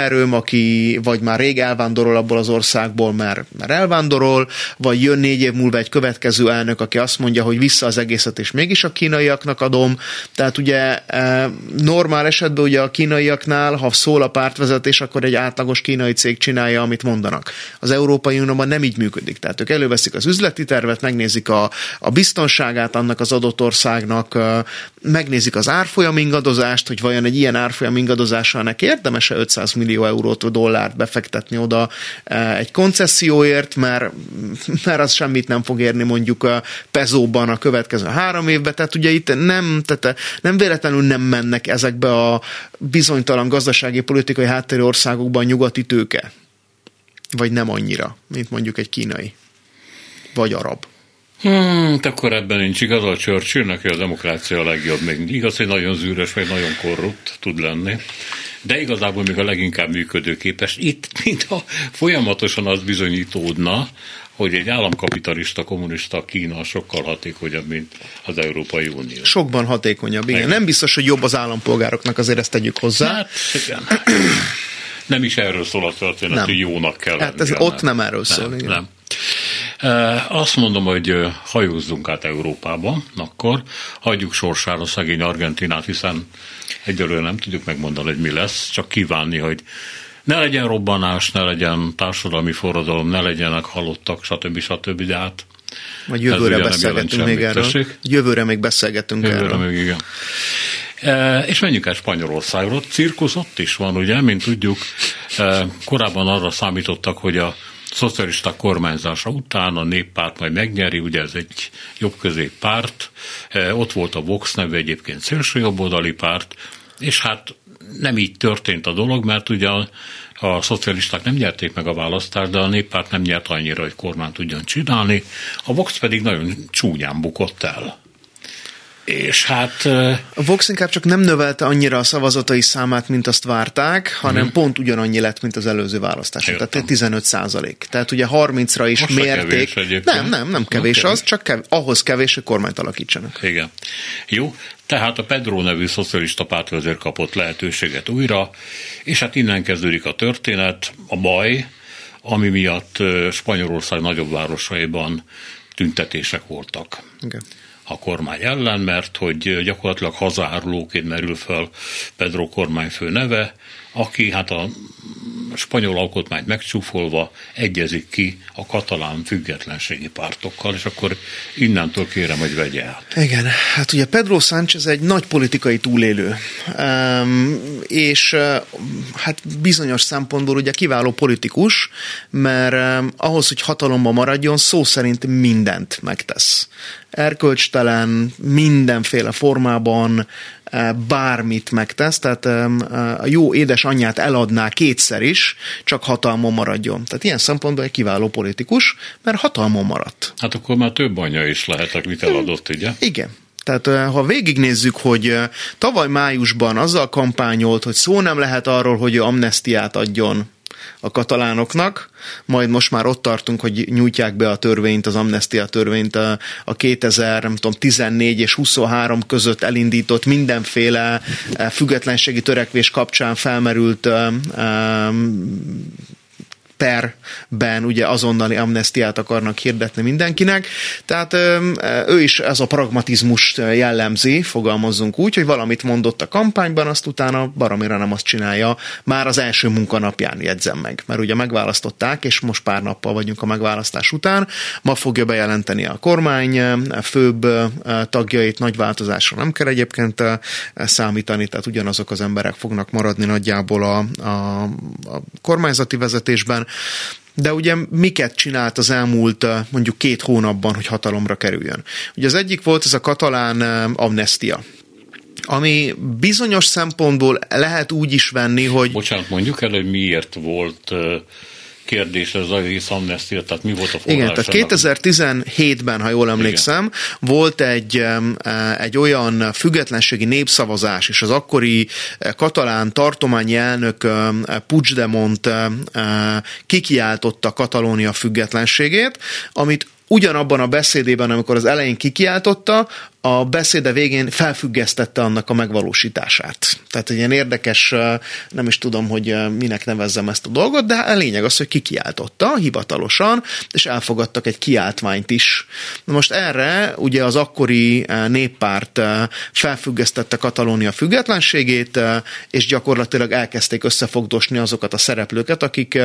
munkaerőm, aki vagy már rég elvándorol abból az országból, mert, mert elvándorol, vagy jön négy év múlva egy következő elnök, aki azt mondja, hogy vissza az egészet, és mégis a kínaiaknak adom. Tehát ugye normál esetben ugye a kínaiaknál, ha szól a pártvezetés, akkor egy átlagos kínai cég csinálja, amit mondanak. Az Európai Unióban nem így működik. Tehát ők előveszik az üzleti tervet, megnézik a, a biztonságát annak az adott országnak, megnézik az árfolyam ingadozást, hogy vajon egy ilyen árfolyam ingadozással nek érdemes-e ötszáz millió eurót vagy dollárt befektetni oda egy koncesszióért, mert, mert az semmit nem fog érni mondjuk a pezóban a következő három évben. Tehát ugye itt nem, tehát nem véletlenül nem mennek ezekbe a bizonytalan gazdasági politikai háttérű országokban nyugati tőke. Vagy nem annyira, mint mondjuk egy kínai. Vagy arab. Hmm, akkor ebben nincs igaz a Churchillnek, hogy a demokrácia a legjobb. Még igaz, hogy nagyon zűrös, vagy nagyon korrupt tud lenni. De igazából még a leginkább működőképes. Itt, mintha folyamatosan az bizonyítódna, hogy egy államkapitalista, kommunista Kína sokkal hatékonyabb, mint az Európai Unió. Sokban hatékonyabb, igen. Nem biztos, hogy jobb az állampolgároknak, azért ezt tegyük hozzá. Hát, igen. Nem is erről szól a történet, hogy jónak kell hát ez lenni. ott nem erről szól, nem, igen. Nem. Azt mondom, hogy hajózzunk át Európába, akkor hagyjuk sorsára szegény Argentinát, hiszen egyelőre nem tudjuk megmondani, hogy mi lesz, csak kívánni, hogy ne legyen robbanás, ne legyen társadalmi forradalom, ne legyenek halottak, stb. stb. De hát vagy jövőre beszélgetünk még erről. Jövőre még beszélgetünk jövőre erről. Még, igen. E, és menjünk el Spanyolországra. Cirkusz ott is van, ugye, mint tudjuk. E, korábban arra számítottak, hogy a szocialisták kormányzása után a Néppárt majd megnyeri, ugye ez egy jobbközép párt. E, ott volt a Vox nevű egyébként szélsőjobboldali párt, és hát nem így történt a dolog, mert ugye a, a szocialisták nem nyerték meg a választást, de a Néppárt nem nyert annyira, hogy kormányt tudjon csinálni. A Vox pedig nagyon csúnyán bukott el. És hát... A Vox inkább csak nem növelte annyira a szavazatai számát, mint azt várták, hanem hmm. pont ugyanannyi lett, mint az előző választáson. Értem. Tehát tizenöt százalék. Tehát ugye harmincra is most mérték. Nem, nem, nem kevés nem az, kevés. Csak kev- ahhoz kevés, hogy kormányt alakítsanak. Igen. Jó, tehát a Pedro nevű szocialista pártvezér kapott lehetőséget újra, és hát innen kezdődik a történet, a baj, ami miatt Spanyolország nagyobb városaiban tüntetések voltak. Igen. A kormány ellen, mert hogy gyakorlatilag hazárulóként merül fel Pedro kormányfő neve, aki hát a spanyol alkotmányt megcsúfolva egyezik ki a katalán függetlenségi pártokkal, és akkor innentől kérem, hogy vegye át. Igen, hát ugye Pedro Sánchez egy nagy politikai túlélő, um, és uh, hát bizonyos szempontból ugye kiváló politikus, mert um, ahhoz, hogy hatalomban maradjon, szó szerint mindent megtesz. Erkölcstelen, mindenféle formában bármit megtesz, tehát a jó édesanyját eladná kétszer is, csak hatalmon maradjon. Tehát ilyen szempontból egy kiváló politikus, mert hatalmon maradt. Hát akkor már több anyja is lehet, mit eladott, ugye? Igen. Tehát ha végignézzük, hogy tavaly májusban azzal kampányolt, hogy szó nem lehet arról, hogy amnesztiát adjon a katalánoknak, majd most már ott tartunk, hogy nyújtják be a törvényt, az amnestia törvényt a, a kétezer-tizennégy és huszonhárom között elindított mindenféle függetlenségi törekvés kapcsán felmerült um, perben ugye azonnali amnestiát akarnak hirdetni mindenkinek. Tehát ő is ez a pragmatizmust jellemzi, fogalmazzunk úgy, hogy valamit mondott a kampányban, azt utána baromira nem azt csinálja, már az első munkanapján jegyzem meg. Mert ugye megválasztották, és most pár nappal vagyunk a megválasztás után. Ma fogja bejelenteni a kormány főbb tagjait, nagy változásra nem kell egyébként számítani, tehát ugyanazok az emberek fognak maradni nagyjából a, a, a kormányzati vezetésben. De ugye miket csinált az elmúlt mondjuk két hónapban, hogy hatalomra kerüljön? Ugye az egyik volt ez a katalán amnestia, ami bizonyos szempontból lehet úgy is venni, hogy... Bocsánat, mondjuk el, hogy miért volt kérdés az egész amnestia, tehát mi volt a forrás? Igen, tehát kétezer-tizenhétben, ha jól emlékszem, igen, volt egy, egy olyan függetlenségi népszavazás, és az akkori katalán tartományi elnök Puigdemont kikiáltotta Katalónia függetlenségét, amit ugyanabban a beszédében, amikor az elején kikiáltotta, a beszéde végén felfüggesztette annak a megvalósítását. Tehát egy ilyen érdekes, nem is tudom, hogy minek nevezzem ezt a dolgot, de a lényeg az, hogy kikiáltotta hivatalosan, és elfogadtak egy kiáltványt is. Na most erre ugye az akkori néppárt felfüggesztette Katalónia függetlenségét, és gyakorlatilag elkezdték összefogdosni azokat a szereplőket, akik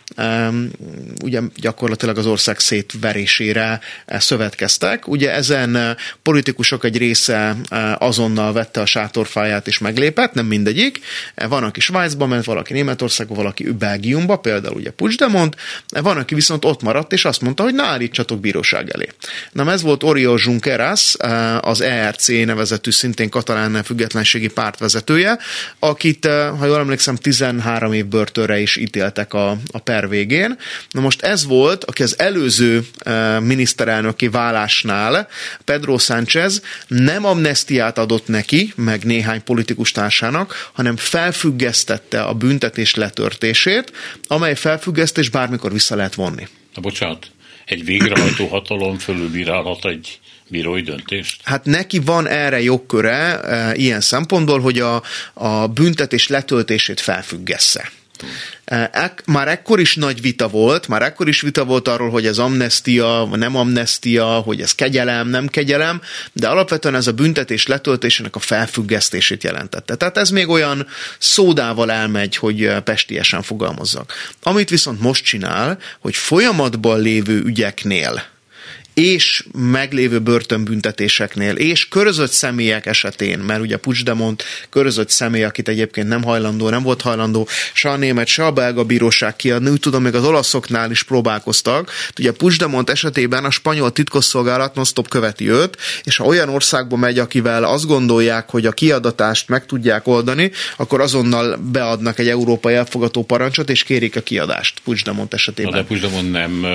ugye gyakorlatilag az ország szétverésére szövetkeztek. Ugye ezen politikusok egy része azonnal vette a sátorfáját és meglépett, nem mindegyik. Van, aki Svájcba ment, valaki Németországba, valaki Belgiumba, például ugye Puigdemont, van, aki viszont ott maradt, és azt mondta, hogy na, állítsatok bíróság elé. Na, ez volt Oriol Junqueras, az E R C nevezetű, szintén katalán függetlenségi pártvezetője, akit, ha jól emlékszem, tizenhárom év börtönre is ítéltek a, a per végén. Na most ez volt, aki az előző miniszterelnöki válásnál, Pedro Sánchez nem amnesztiát adott neki, meg néhány politikus társának, hanem felfüggesztette a büntetés letörtését, amely felfüggesztés bármikor vissza lehet vonni. Na bocsánat, egy végrehajtó hatalom fölülbírálhat egy bírói döntést? Hát neki van erre jogköre e, ilyen szempontból, hogy a, a büntetés letöltését felfüggesse. Ek, már ekkor is nagy vita volt, már ekkor is vita volt arról, hogy ez amnestia, vagy nem amnestia, hogy ez kegyelem, nem kegyelem, de alapvetően ez a büntetés letöltésének a felfüggesztését jelentette. Tehát ez még olyan szódával elmegy, hogy pestiesen fogalmazzak. Amit viszont most csinál, hogy folyamatban lévő ügyeknél és meglévő börtönbüntetéseknél, és körözött személyek esetén, mert ugye Puigdemont körözött személy, akit egyébként nem hajlandó, nem volt hajlandó se a német, se a belga bíróság kiadni, úgy tudom, még az olaszoknál is próbálkoztak. Ugye Puigdemont esetében a spanyol titkosszolgálat non-stop követi őt, és ha olyan országba megy, akivel azt gondolják, hogy a kiadatást meg tudják oldani, akkor azonnal beadnak egy európai elfogató parancsot, és kérik a kiadást Puigdemont esetében. Na de Puigdemont nem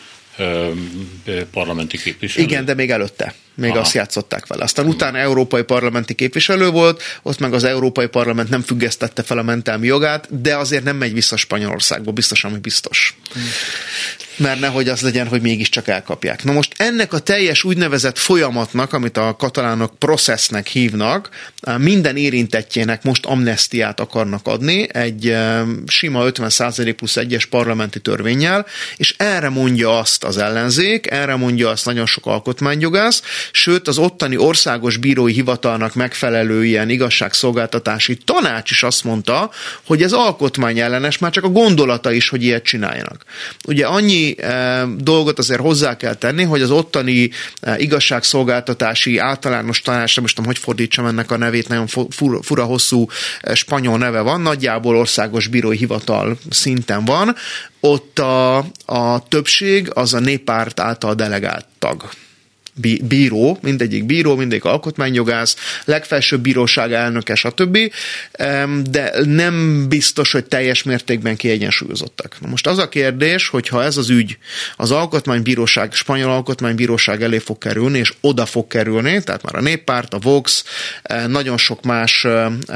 parlamenti képviselő. Igen, de még előtte. Még Aha. azt játszották vele. Aztán utána európai parlamenti képviselő volt, ott meg az Európai Parlament nem függesztette fel a mentelmi jogát, de azért nem megy vissza Spanyolországba, biztos, ami biztos. Hmm. Mert nehogy az legyen, hogy mégiscsak elkapják. Na most ennek a teljes úgynevezett folyamatnak, amit a katalánok processznek hívnak, minden érintettjének most amnesztiát akarnak adni, egy sima ötven százalék plusz egyes parlamenti törvénnyel, és erre mondja azt az ellenzék, erre mondja azt nagyon sok alkotmányjogász, sőt az ottani országos bírói hivatalnak megfelelő ilyen igazságszolgáltatási tanács is azt mondta, hogy ez alkotmányellenes, már csak a gondolata is, hogy ilyet csináljanak. Ugye annyi e, dolgot azért hozzá kell tenni, hogy az ottani e, igazságszolgáltatási általános tanács, nem tudom, hogy fordítsam ennek a nevét, nagyon fura, fura hosszú e, spanyol neve van, nagyjából országos bírói hivatal szinten van, ott a, a többség az a néppárt által delegált tag. Bíró, mindegyik bíró, mindegyik alkotmányjogász, legfelsőbb bíróság elnöke, stb., de nem biztos, hogy teljes mértékben kiegyensúlyozottak. Na most az a kérdés, hogy ha ez az ügy az alkotmánybíróság, spanyol alkotmánybíróság elé fog kerülni, és oda fog kerülni, tehát már a néppárt, a Vox, nagyon sok más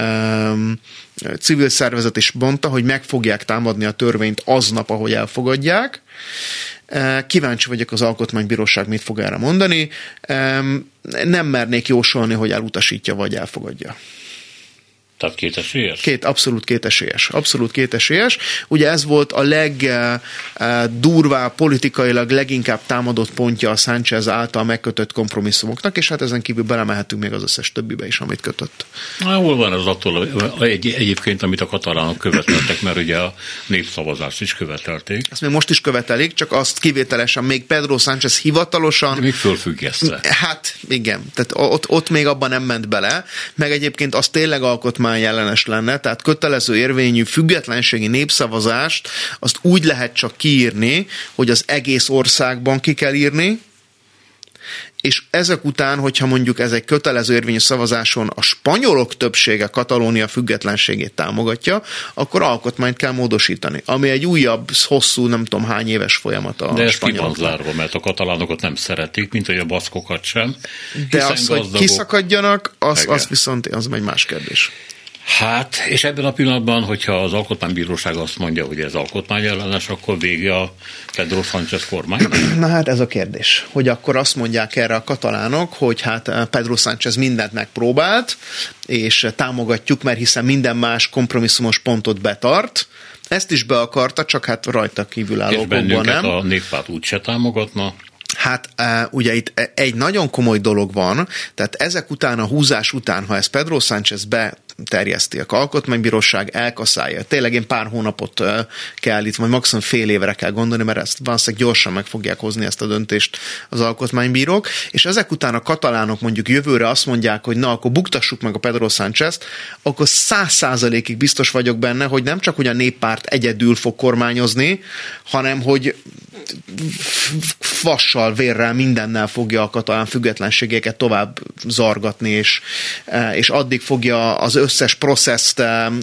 civil szervezet is mondta, hogy meg fogják támadni a törvényt aznap, ahogy elfogadják. Kíváncsi vagyok, az alkotmánybíróság mit fog erre mondani. Nem mernék jósolni, hogy elutasítja vagy elfogadja. Tehát kétesélyes? Két, abszolút kétesélyes. Abszolút kétesélyes. Ugye ez volt a legdurvább, politikailag leginkább támadott pontja a Sánchez által megkötött kompromisszumoknak, és hát ezen kívül belemehetünk még az összes többibe is, amit kötött. Na, hol van az attól egy, egyébként, amit a katalánok követeltek, mert ugye a népszavazást is követelték. Ezt még most is követelik, csak azt kivételesen még Pedro Sánchez hivatalosan... De még fölfüggesztve. Hát igen, tehát ott, ott még abban nem ment bele, meg egyébként az tényleg alkotmány ellenes lenne, tehát kötelező érvényű függetlenségi népszavazást azt úgy lehet csak kiírni, hogy az egész országban ki kell írni, és ezek után, hogyha mondjuk ez egy kötelező érvényű szavazáson a spanyolok többsége Katalónia függetlenségét támogatja, akkor alkotmányt kell módosítani, ami egy újabb, hosszú, nem tudom hány éves folyamat a De ez spanyolok. ki van zárva, mert a katalánokat nem szeretik, mint hogy a baszkokat sem. De az, hogy kiszakadjanak, az, az viszont az egy más kérdés. Hát, és ebben a pillanatban, hogyha az Alkotmánybíróság azt mondja, hogy ez alkotmányellenes, akkor vége a Pedro Sánchez kormány. Na hát ez a kérdés, hogy akkor azt mondják erre a katalánok, hogy hát Pedro Sánchez mindent megpróbált, és támogatjuk, mert hiszen minden más kompromisszumos pontot betart. Ezt is be akarta, csak hát rajta kívülálló okokban nem. És bennünket a néppárt úgyse támogatna. Hát ugye itt egy nagyon komoly dolog van, tehát ezek után, a húzás után, ha ezt Pedro Sánchez beterjeszti, a Alkotmánybíróság elkaszálja, tényleg én pár hónapot kell itt, vagy maximum fél évre kell gondolni, mert ezt valószínűleg gyorsan meg fogják hozni ezt a döntést az alkotmánybírók, és ezek után a katalánok mondjuk jövőre azt mondják, hogy na, akkor buktassuk meg a Pedro Sánchezt, akkor száz százalékig biztos vagyok benne, hogy nem csak hogy a néppárt egyedül fog kormányozni, hanem hogy vassal, vérrel, mindennel fogja a katalán függetlenségeket tovább zargatni, és, és addig fogja az összes processzt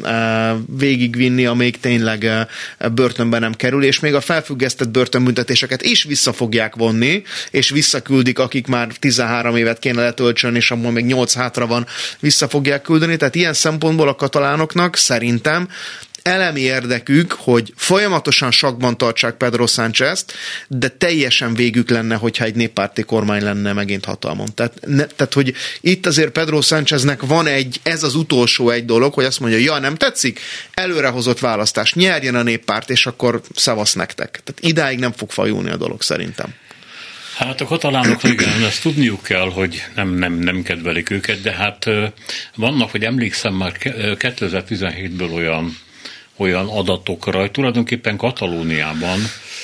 végigvinni, amíg tényleg börtönben nem kerül, és még a felfüggesztett börtönbüntetéseket is vissza fogják vonni, és visszaküldik, akik már tizenhárom évet kéne letöltsön, és amúgy még nyolc hátra van, vissza fogják küldeni. Tehát ilyen szempontból a katalánoknak szerintem elemi érdekük, hogy folyamatosan sakban tartsák Pedro Sánchezt, de teljesen végük lenne, hogyha egy néppárti kormány lenne megint hatalmon. Tehát, ne, tehát hogy itt azért Pedro Sáncheznek van egy, ez az utolsó egy dolog, hogy azt mondja, ja, nem tetszik? Előrehozott választás, nyerjen a néppárt, és akkor szavasz nektek. Tehát idáig nem fog fajulni a dolog szerintem. Hát a katalánoknak igen, ezt tudniuk kell, hogy nem, nem, nem kedvelik őket, de hát vannak, hogy emlékszem már kétezer-tizenhétből olyan olyan adatokra, hogy tulajdonképpen Katalóniában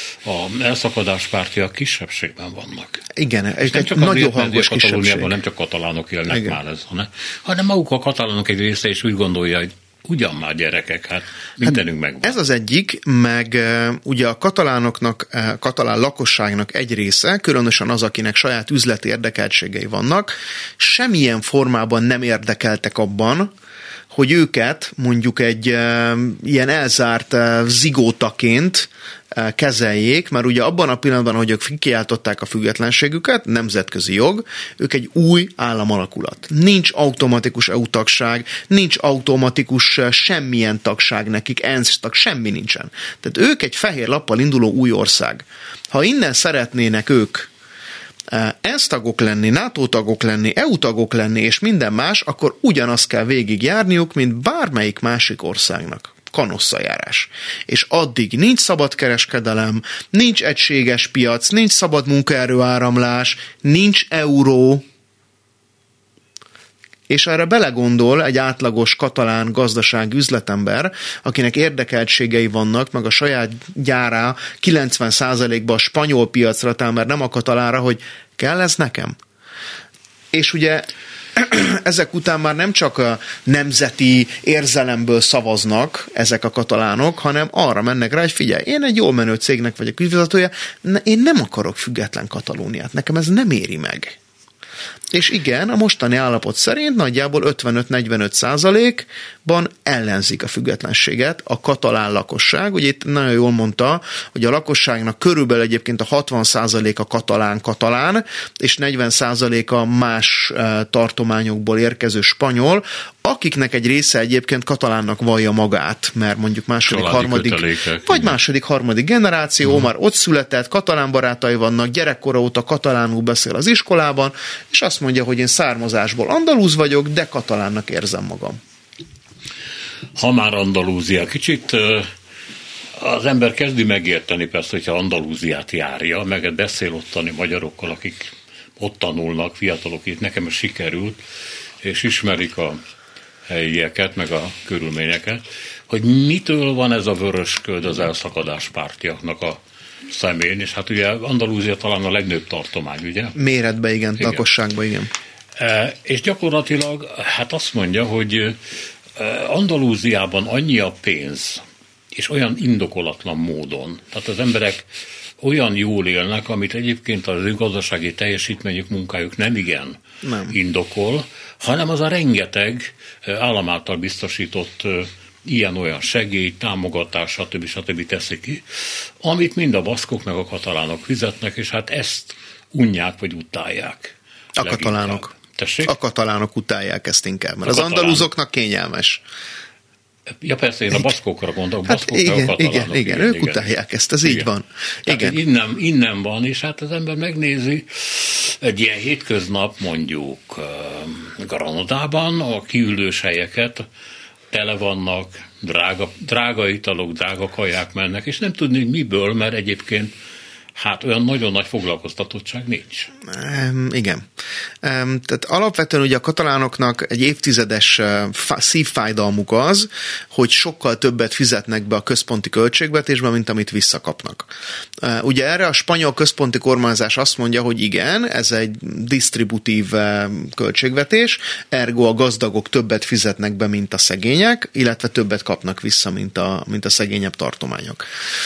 a elszakadáspártiak kisebbségben vannak. Igen, ez egy nagyon azért, hangos Katalóniában nem csak katalánok élnek igen. már ez, hanem, hanem maguk a katalánok egy része is úgy gondolja, hogy ugyan már gyerekek, hát mindenünk hát megvan. Ez az egyik, meg ugye a katalánoknak, katalán lakosságnak egy része, különösen az, akinek saját üzleti érdekeltségei vannak, semmilyen formában nem érdekeltek abban, hogy őket mondjuk egy e, ilyen elzárt e, zigótaként e, kezeljék, mert ugye abban a pillanatban, hogy ők kiáltották a függetlenségüket, nemzetközi jog, ők egy új államalakulat. Nincs automatikus é u tagság, nincs automatikus semmilyen tagság nekik, ENSZ tag, semmi nincsen. Tehát ők egy fehér lappal induló új ország. Ha innen szeretnének ők ENSZ tagok lenni, NATO tagok lenni, é u tagok lenni, és minden más, akkor ugyanazt kell végigjárniuk, mint bármelyik másik országnak. Kanosszajárás. És addig nincs szabad kereskedelem, nincs egységes piac, nincs szabad munkaerőáramlás, nincs euró, és erre belegondol egy átlagos katalán gazdasági üzletember, akinek érdekeltségei vannak, meg a saját gyárá kilencven százalékban a spanyol piacra táll, mert nem a katalánra, hogy kell ez nekem? És ugye ezek után már nem csak a nemzeti érzelemből szavaznak ezek a katalánok, hanem arra mennek rá, hogy figyelj, én egy jól menő cégnek vagyok ügyvezetője, én nem akarok független Katalóniát, nekem ez nem éri meg. És igen, a mostani állapot szerint nagyjából ötvenöt-negyvenöt százalékban ellenzik a függetlenséget a katalán lakosság. Ugye itt nagyon jól mondta, hogy a lakosságnak körülbelül egyébként a hatvan százaléka katalán-katalán, és negyven százaléka más tartományokból érkező spanyol, akiknek egy része egyébként katalánnak vallja magát, mert mondjuk második, Családi harmadik, vagy igen. második, harmadik generáció, uh-huh. már ott született, katalán barátai vannak, gyerekkora óta katalánul beszél az iskolában, és azt mondja, hogy én származásból andalúz vagyok, de katalánnak érzem magam. Ha már Andalúzia, kicsit az ember kezdi megérteni persze, hogyha Andalúziát járja, meg beszél ottani magyarokkal, akik ott tanulnak, fiatalok, itt nekem ez sikerült, és ismerik a helyieket, meg a körülményeket, hogy mitől van ez a vörösköd az elszakadáspártiaknak a szemén, és hát ugye Andalúzia talán a legnagyobb tartomány, ugye? Méretbe, igen, igen. lakosságban, igen. E, és gyakorlatilag, hát azt mondja, hogy Andalúziában annyi a pénz, és olyan indokolatlan módon, tehát az emberek olyan jól élnek, amit egyébként az ő gazdasági teljesítményük, munkájuk nem igen nem. indokol, hanem az a rengeteg állam által biztosított ilyen-olyan segély, támogatás, stb. stb. Teszik ki, amit mind a baszkok meg a katalánok fizetnek, és hát ezt unják vagy utálják. A katalánok. Tessék? A katalánok utálják ezt inkább, mert a az katalán... andalúzoknak kényelmes. Ja persze, én a baszkókra gondolok. Hát igen, igen, igen, igen, ők igen. utálják ezt, ez igen. így van. Igen. Innen, innen van, és hát az ember megnézi egy ilyen hétköznap mondjuk Granadában, a kiülős helyeket, tele vannak, drága, drága italok, drága kaják mennek, és nem tudni miből, mert egyébként hát olyan nagyon nagy foglalkoztatottság nincs. Um, igen. Um, tehát alapvetően ugye a katalánoknak egy évtizedes uh, szívfájdalmuk az, hogy sokkal többet fizetnek be a központi költségvetésbe, mint amit visszakapnak. Uh, ugye erre a spanyol központi kormányzás azt mondja, hogy igen, ez egy disztributív uh, költségvetés, ergo a gazdagok többet fizetnek be, mint a szegények, illetve többet kapnak vissza, mint a, mint a szegényebb tartományok.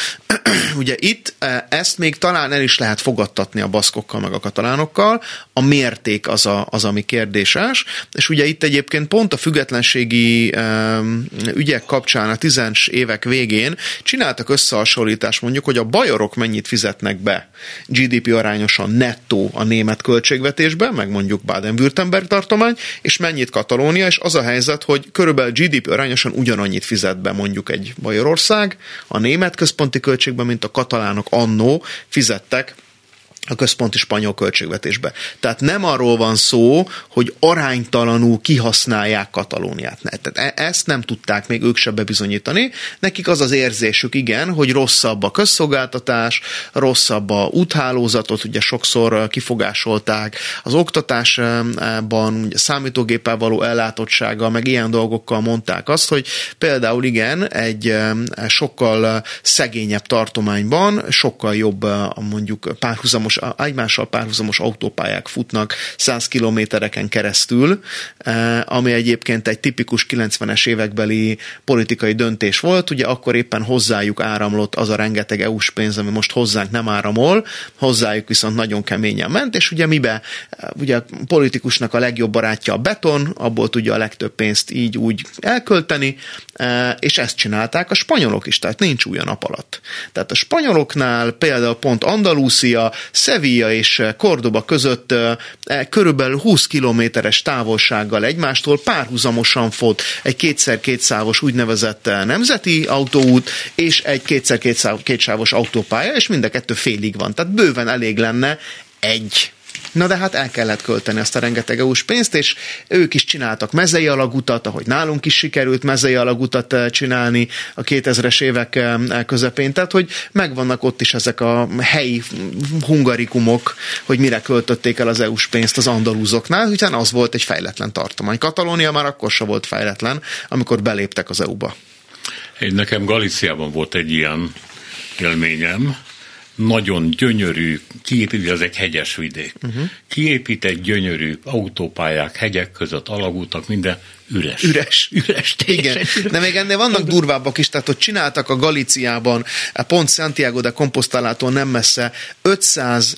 Ugye itt uh, ezt még talán el is lehet fogadtatni a baszkokkal meg a katalánokkal, a mérték az, a, az ami kérdéses, és ugye itt egyébként pont a függetlenségi um, ügyek kapcsán a tízes évek végén csináltak összehasonlítást mondjuk, hogy a bajorok mennyit fizetnek be gé dé pé arányosan nettó a német költségvetésbe, meg mondjuk Baden-Württemberg tartomány, és mennyit Katalónia, és az a helyzet, hogy körülbelül gé dé pé arányosan ugyanannyit fizet be mondjuk egy Bajorország a német központi költségben, mint a katalánok annó fizettek a központi spanyol költségvetésbe. Tehát nem arról van szó, hogy aránytalanul kihasználják Katalóniát. Tehát ezt nem tudták még ők se bebizonyítani. Nekik az az érzésük, igen, hogy rosszabb a közszolgáltatás, rosszabb a úthálózatot, ugye sokszor kifogásolták az oktatásban, ugye számítógéppel való ellátottsággal, meg ilyen dolgokkal mondták azt, hogy például igen, egy sokkal szegényebb tartományban sokkal jobb mondjuk párhuzamos egymással párhuzamos autópályák futnak száz kilométereken keresztül, ami egyébként egy tipikus kilencvenes évekbeli politikai döntés volt, ugye akkor éppen hozzájuk áramlott az a rengeteg é u-s pénz, ami most hozzánk nem áramol, hozzájuk viszont nagyon keményen ment, és ugye mibe, ugye a politikusnak a legjobb barátja a beton, abból tudja a legtöbb pénzt így úgy elkölteni, és ezt csinálták a spanyolok is, tehát nincs új a nap alatt. Tehát a spanyoloknál például pont Andalúzia, Sevilla és Córdoba között körülbelül húsz kilométeres távolsággal egymástól párhuzamosan fut egy kétszer-kétsávos úgynevezett nemzeti autóút, és egy kétszer-kétsávos autópálya, és mind a kettő félig van. Tehát bőven elég lenne egy. Na de hát el kellett költeni azt a rengeteg é u-s pénzt, és ők is csináltak mezei alagutat, ahogy nálunk is sikerült mezei alagutat csinálni a kétezres évek közepén, tehát hogy megvannak ott is ezek a helyi hungarikumok, hogy mire költötték el az é u-s pénzt az andalúzoknál, hiszen az volt egy fejletlen tartomány. Katalónia már akkor sem volt fejletlen, amikor beléptek az é u-ba. Én nekem Galíciában volt egy ilyen élményem, nagyon gyönyörű, kiépít, az egy hegyes vidék. Uh-huh. Kiépít egy gyönyörű autópályák, hegyek között, alagútak, minden üres. Üres. Üres, igen. De még ennél vannak durvábbak is, tehát hogy csináltak a Galíciában, pont Santiago de Compostelától nem messze, ötszáz,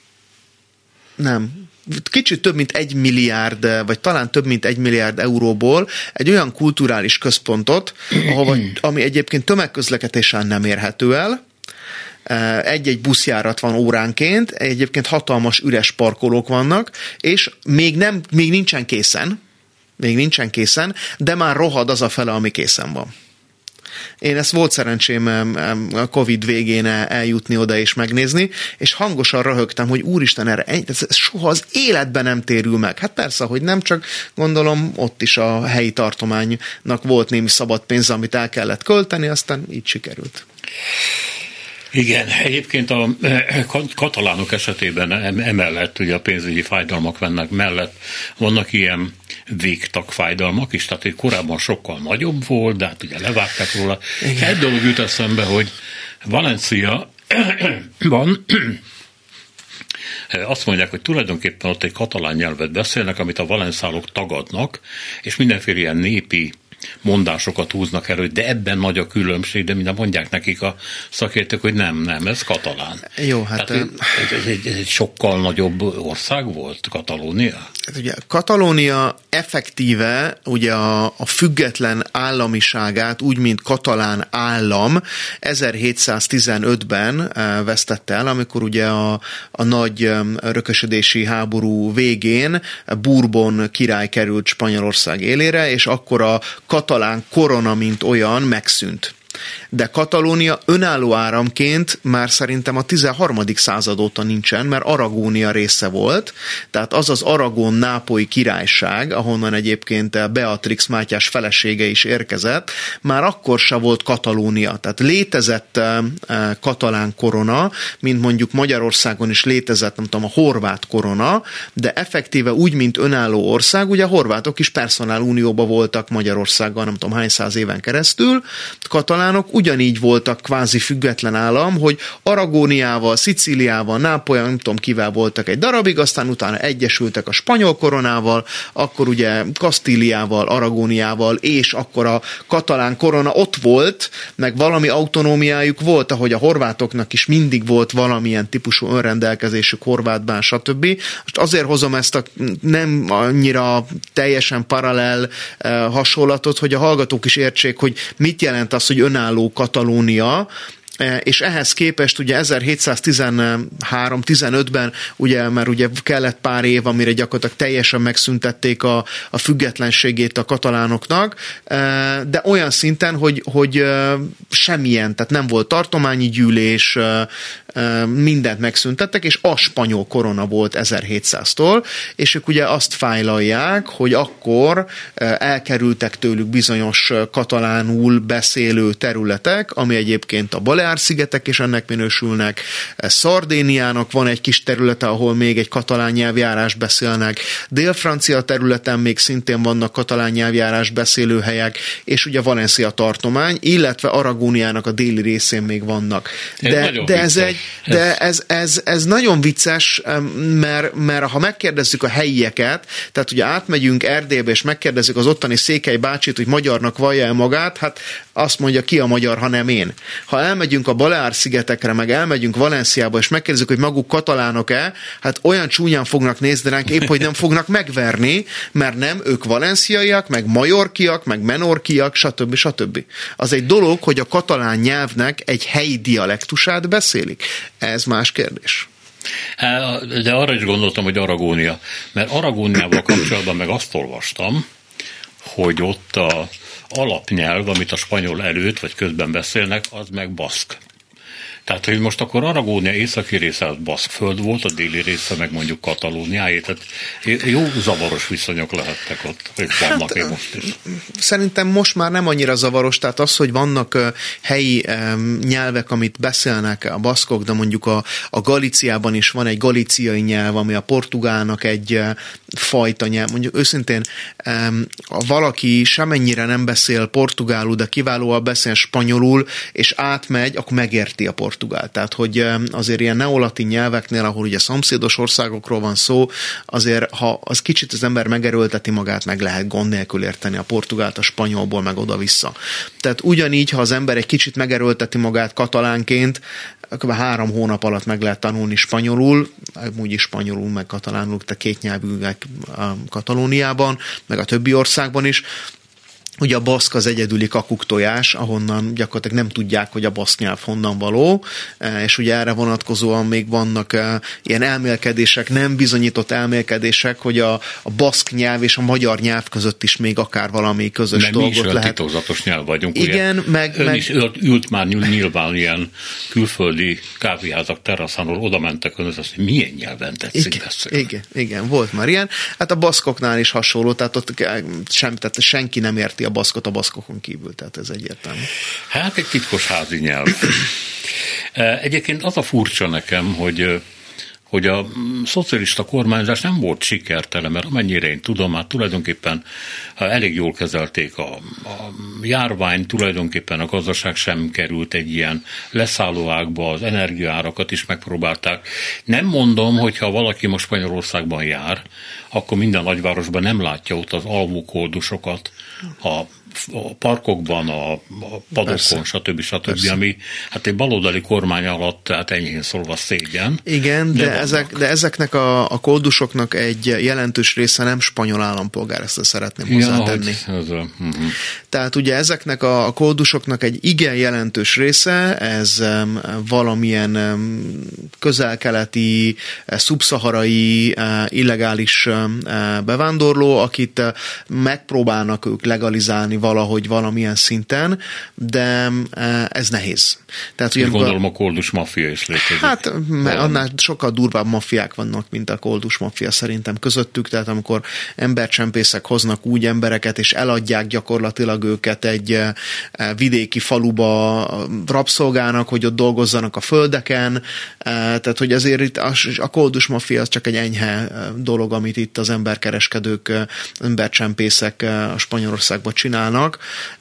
nem, kicsit több mint egy milliárd, vagy talán több mint egy milliárd euróból egy olyan kulturális központot, ahova, ami egyébként tömegközlekedéssel nem érhető el, egy-egy buszjárat van óránként, egyébként hatalmas üres parkolók vannak, és még, nem, még nincsen készen, még nincsen készen, de már rohad az a fele, ami készen van. Én ezt volt szerencsém a Covid végén eljutni oda és megnézni, és hangosan röhögtem, hogy úristen, erre ez soha az életben nem térül meg. Hát persze, hogy nem, csak gondolom ott is a helyi tartománynak volt némi szabad pénz, amit el kellett költeni, aztán így sikerült. Igen, egyébként a katalánok esetében emellett, ugye a pénzügyi fájdalmak vannak mellett, vannak ilyen végtag fájdalmak is, tehát korábban sokkal nagyobb volt, de hát ugye levágták róla. Igen. Egy dolog jut eszembe, hogy Valencia van, azt mondják, hogy tulajdonképpen ott egy katalán nyelvet beszélnek, amit a valenszálok tagadnak, és mindenféle ilyen népi mondásokat húznak elő, de ebben nagy a különbség, de minden mondják nekik a szakértők, hogy nem, nem, ez katalán. Jó, hát... Tehát, ez, egy, ez egy sokkal nagyobb ország volt, Katalónia? Hát ugye Katalónia effektíve ugye a, a független államiságát úgy, mint katalán állam ezerhétszáztizenötben vesztette el, amikor ugye a, a nagy örökösödési háború végén Bourbon király került Spanyolország élére, és akkor a katalán korona, mint olyan megszűnt. De Katalónia önálló államként már szerintem a tizenharmadik század óta nincsen, mert Aragónia része volt, tehát az az Aragón-nápolyi királyság, ahonnan egyébként Beatrix Mátyás felesége is érkezett, már akkor se volt Katalónia. Tehát létezett katalán korona, mint mondjuk Magyarországon is létezett, nem tudom, a horvát korona, de effektíve úgy, mint önálló ország, ugye a horvátok is personál unióban voltak Magyarországgal, nem tudom hány száz éven keresztül, katalán ugyanígy voltak kvázi független állam, hogy Aragóniával, Szicíliával, Nápolyal, nem tudom kivel voltak egy darabig, aztán utána egyesültek a spanyol koronával, akkor ugye Kasztíliával, Aragóniával, és akkor a katalán korona ott volt, meg valami autonómiájuk volt, ahogy a horvátoknak is mindig volt valamilyen típusú önrendelkezésük horvátban, stb. Most azért hozom ezt a nem annyira teljesen paralel eh, hasonlatot, hogy a hallgatók is értsék, hogy mit jelent az, hogy önálló Katalónia, és ehhez képest ugye ezerhétszáztizenhárom tizenötben ugye, mert ugye kellett pár év, amire gyakorlatilag teljesen megszüntették a, a függetlenségét a katalánoknak, de olyan szinten, hogy, hogy semmilyen, tehát nem volt tartományi gyűlés, mindent megszüntettek, és a spanyol korona volt ezerhétszáztól, és ők ugye azt fájlalják, hogy akkor elkerültek tőlük bizonyos katalánul beszélő területek, ami egyébként a Baleár-szigetek is ennek minősülnek, Szardéniának van egy kis területe, ahol még egy katalán nyelvjárás beszélnek, dél-francia területen még szintén vannak katalán nyelvjárás beszélő helyek, és ugye Valencia tartomány, illetve Aragóniának a déli részén még vannak. De, de ez egy De ez, ez, ez nagyon vicces, mert, mert ha megkérdezzük a helyieket, tehát ugye átmegyünk Erdélybe, és megkérdezzük az ottani Székely bácsit, hogy magyarnak vallja el magát, hát azt mondja, ki a magyar, ha nem én. Ha elmegyünk a Baleár-szigetekre, meg elmegyünk Valenciába, és megkérdezzük, hogy maguk katalánok-e, hát olyan csúnyán fognak nézni ránk, épp hogy nem fognak megverni, mert nem, ők valenciaiak, meg majorkiak, meg menorkiak, stb. stb. Az egy dolog, hogy a katalán nyelvnek egy helyi dialektusát beszélik. Ez más kérdés. De arra is gondoltam, hogy Aragónia. Mert Aragóniával kapcsolatban meg azt olvastam, hogy ott a alapnyelv, amit a spanyol előtt vagy közben beszélnek, az meg baszk. Tehát, hogy most akkor Aragónia északi része az baszkföld volt, a déli része meg mondjuk Katalóniáé, tehát jó zavaros viszonyok lehettek ott, hogy vannak hát, most is. Szerintem most már nem annyira zavaros, tehát az, hogy vannak helyi nyelvek, amit beszélnek a baszkok, de mondjuk a, a Galíciában is van egy galíciai nyelv, ami a portugálnak egy fajta nyelv. Mondjuk őszintén, ha valaki semennyire nem beszél portugálul, de kiválóan beszél spanyolul, és átmegy, akkor megérti a portugál. Tehát, hogy azért ilyen neolatin nyelveknél, ahol ugye szomszédos országokról van szó, azért, ha az kicsit az ember megerőlteti magát, meg lehet gond nélkül érteni a portugált a spanyolból, meg oda-vissza. Tehát ugyanígy, ha az ember egy kicsit megerőlteti magát katalánként, akkor három hónap alatt meg lehet tanulni spanyolul, úgy is spanyolul, meg katalánul, te két nyelvűek Katalóniában, meg a többi országban is. Ugye a baszk az egyedüli kakuktojás, ahonnan gyakorlatilag nem tudják, hogy a baszk nyelv honnan való, és ugye erre vonatkozóan még vannak ilyen elmélkedések, nem bizonyított elmélkedések, hogy a, a baszk nyelv és a magyar nyelv között is még akár valami közös meg dolgot lehet. Mi is lehet. titokzatos nyelv vagyunk. Igen, ugye? meg... Ön meg... is ült már nyilván ilyen külföldi kávéházak teraszánról, oda mentek ön, azt, hogy milyen nyelven tetszik igen, beszélni. Igen, igen, volt már ilyen. Hát a baszkoknál is hasonló, tehát ott sem, tehát senki nem érti a baszkot a baszkokon kívül, tehát ez egyértelmű. Hát egy titkos házi nyelv. Egyébként az a furcsa nekem, hogy hogy a szocialista kormányzás nem volt sikertelen, mert amennyire én tudom, hát tulajdonképpen elég jól kezelték a, a járvány, tulajdonképpen a gazdaság sem került egy ilyen leszállóágba, az energiaárakat is megpróbálták. Nem mondom, hogyha valaki most Spanyolországban jár, akkor minden nagyvárosban nem látja ott az alvókoldusokat a a parkokban, a, a padokon, Persze. stb. stb., Persze. ami hát egy baloldali kormány alatt, tehát enyhén szólva szégyen. Igen, de, de, ezek, de ezeknek a, a koldusoknak egy jelentős része nem spanyol állampolgár, ezt szeretném ja, hozzátenni. Ez a, uh-huh. Tehát ugye ezeknek a, a koldusoknak egy igen jelentős része, ez um, valamilyen um, közel-keleti, uh, szubszaharai, uh, illegális uh, bevándorló, akit uh, megpróbálnak ők legalizálni valahogy valamilyen szinten, de uh, ez nehéz. Tehát, ugye, gondolom a koldus maffia is létezik. Hát annál sokkal durvább maffiák vannak, mint a koldus maffia szerintem közöttük, tehát amikor embercsempészek hoznak úgy embereket, és eladják gyakorlatilag őket egy vidéki faluba rabszolgának, hogy ott dolgozzanak a földeken, tehát hogy azért itt a koldus maffia az csak egy enyhe dolog, amit itt az emberkereskedők, embercsempészek a Spanyolországban csinálnak,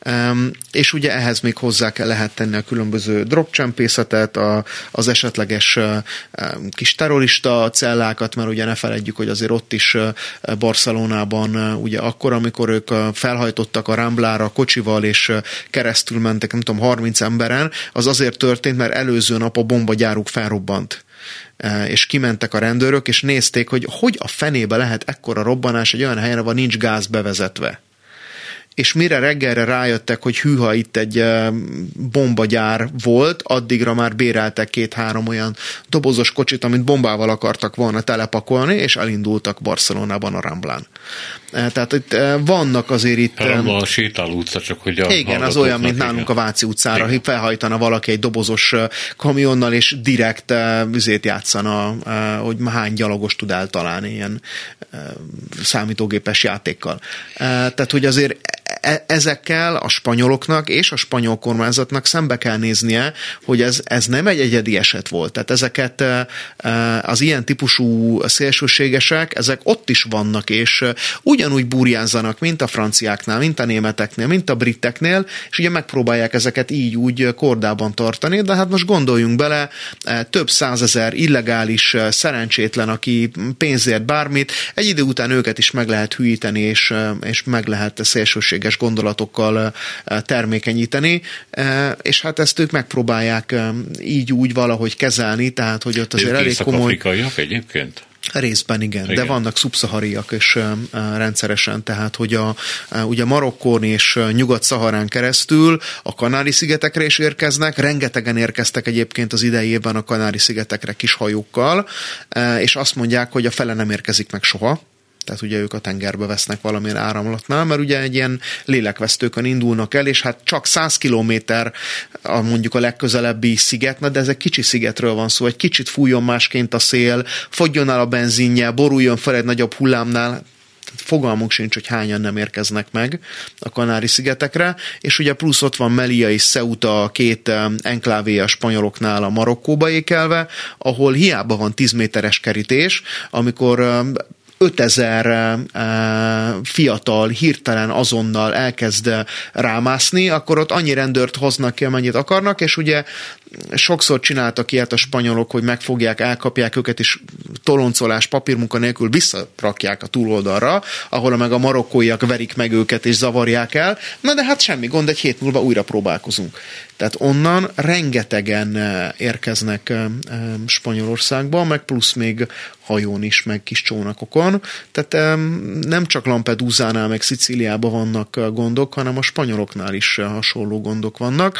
és ugye ehhez még hozzá kell lehet tenni a különböző drogcsempészetet, a, az esetleges kis terrorista cellákat, mert ugye ne feledjük, hogy azért ott is Barcelonában ugye akkor, amikor ők felhajtottak a Ramblára kocsival, és keresztül mentek, nem tudom, harminc emberen, az azért történt, mert előző nap a bombagyáruk felrobbant. És kimentek a rendőrök, és nézték, hogy hogy a fenébe lehet ekkora robbanás egy olyan helyen, ahol nincs gáz bevezetve. És mire reggelre rájöttek, hogy hűha itt egy bombagyár volt, addigra már béreltek két-három olyan dobozos kocsit, amit bombával akartak volna telepakolni, és elindultak Barcelonában a Ramblán. Tehát itt vannak azért itt... A Rambla a sétáló utca, csak hogy a... Igen, az olyan, mint nálunk a Váci utcára, hogy felhajtana valaki egy dobozos kamionnal, és direkt üzét játszana, hogy hány gyalogos tud eltalálni ilyen számítógépes játékkal. Tehát, hogy azért ezekkel a spanyoloknak és a spanyol kormányzatnak szembe kell néznie, hogy ez, ez nem egy egyedi eset volt. Tehát ezeket az ilyen típusú szélsőségesek, ezek ott is vannak, és ugyanúgy burjánzanak, mint a franciáknál, mint a németeknél, mint a briteknél, és ugye megpróbálják ezeket így úgy kordában tartani, de hát most gondoljunk bele, több százezer illegális, szerencsétlen, aki pénzért bármit, egy idő után őket is meg lehet hülyíteni, és, és meg lehet szélsőséges gondolatokkal termékenyíteni, és hát ezt ők megpróbálják így úgy valahogy kezelni, tehát hogy ott azért elég komoly... Észak-afrikaiak egyébként? Részben igen, igen, de vannak szubszahariak is rendszeresen, tehát hogy a, ugye Marokkón és Nyugat-Szaharán keresztül a Kanári-szigetekre is érkeznek, rengetegen érkeztek egyébként az idei évben a Kanári-szigetekre kis hajókkal, és azt mondják, hogy a fele nem érkezik meg soha. Tehát ugye ők a tengerbe vesznek valamilyen áramlatnál, mert ugye egy ilyen lélekvesztőkön indulnak el, és hát csak száz kilométer a, mondjuk a legközelebbi sziget, na de ez egy kicsi szigetről van szó, egy kicsit fújjon másként a szél, fogjon el a benzinje, boruljon fel egy nagyobb hullámnál, fogalmunk sincs, hogy hányan nem érkeznek meg a Kanári-szigetekre, és ugye plusz ott van Melilla és Ceuta, a két enklávé a spanyoloknál a Marokkóba ékelve, ahol hiába van tíz méteres kerítés, amikor ötezer fiatal hirtelen azonnal elkezd rámászni, akkor ott annyi rendőrt hoznak ki, amennyit akarnak, és ugye sokszor csináltak ilyet a spanyolok, hogy megfogják, elkapják őket, és toloncolás, papírmunka nélkül visszarakják a túloldalra, ahol meg a marokkóiak verik meg őket, és zavarják el. Na de hát semmi gond, egy hét múlva újra próbálkozunk. Tehát onnan rengetegen érkeznek Spanyolországba, meg plusz még hajón is, meg kis csónakokon. Tehát nem csak Lampedusánál, meg Szicíliában vannak gondok, hanem a spanyoloknál is hasonló gondok vannak.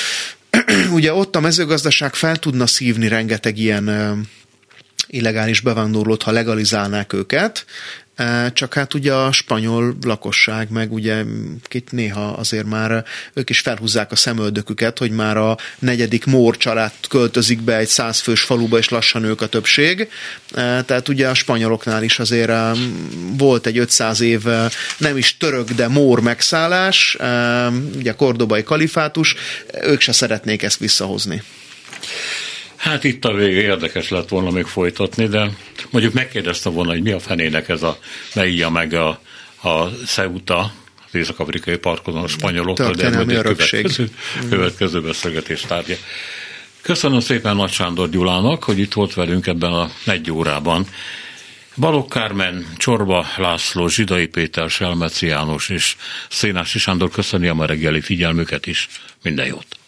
Ugye ott a mezőgazdaság fel tudna szívni rengeteg ilyen illegális bevándorlót, ha legalizálnák őket, csak hát ugye a spanyol lakosság, meg ugye itt néha azért már ők is felhúzzák a szemöldöküket, hogy már a negyedik mór család költözik be egy százfős faluba, és lassan ők a többség. Tehát ugye a spanyoloknál is azért volt egy ötszáz év nem is török, de mór megszállás, ugye a kordobai kalifátus, ők se szeretnék ezt visszahozni. Hát itt a vége érdekes lett volna még folytatni, de mondjuk megkérdezte volna, hogy mi a fenének ez a Melilla meg a, a Ceuta, az észak-afrikai parkon a spanyolokkal, de majd egy következő, következő beszélgetés tárgya. Köszönöm szépen Nagy Sándor Gyulának, hogy itt volt velünk ebben a egy órában. Balogh Kármen, Csorba László, Zsidai Péter, Selmeci János és Szénási Sándor köszöni a ma reggeli figyelmüket is. Minden jót!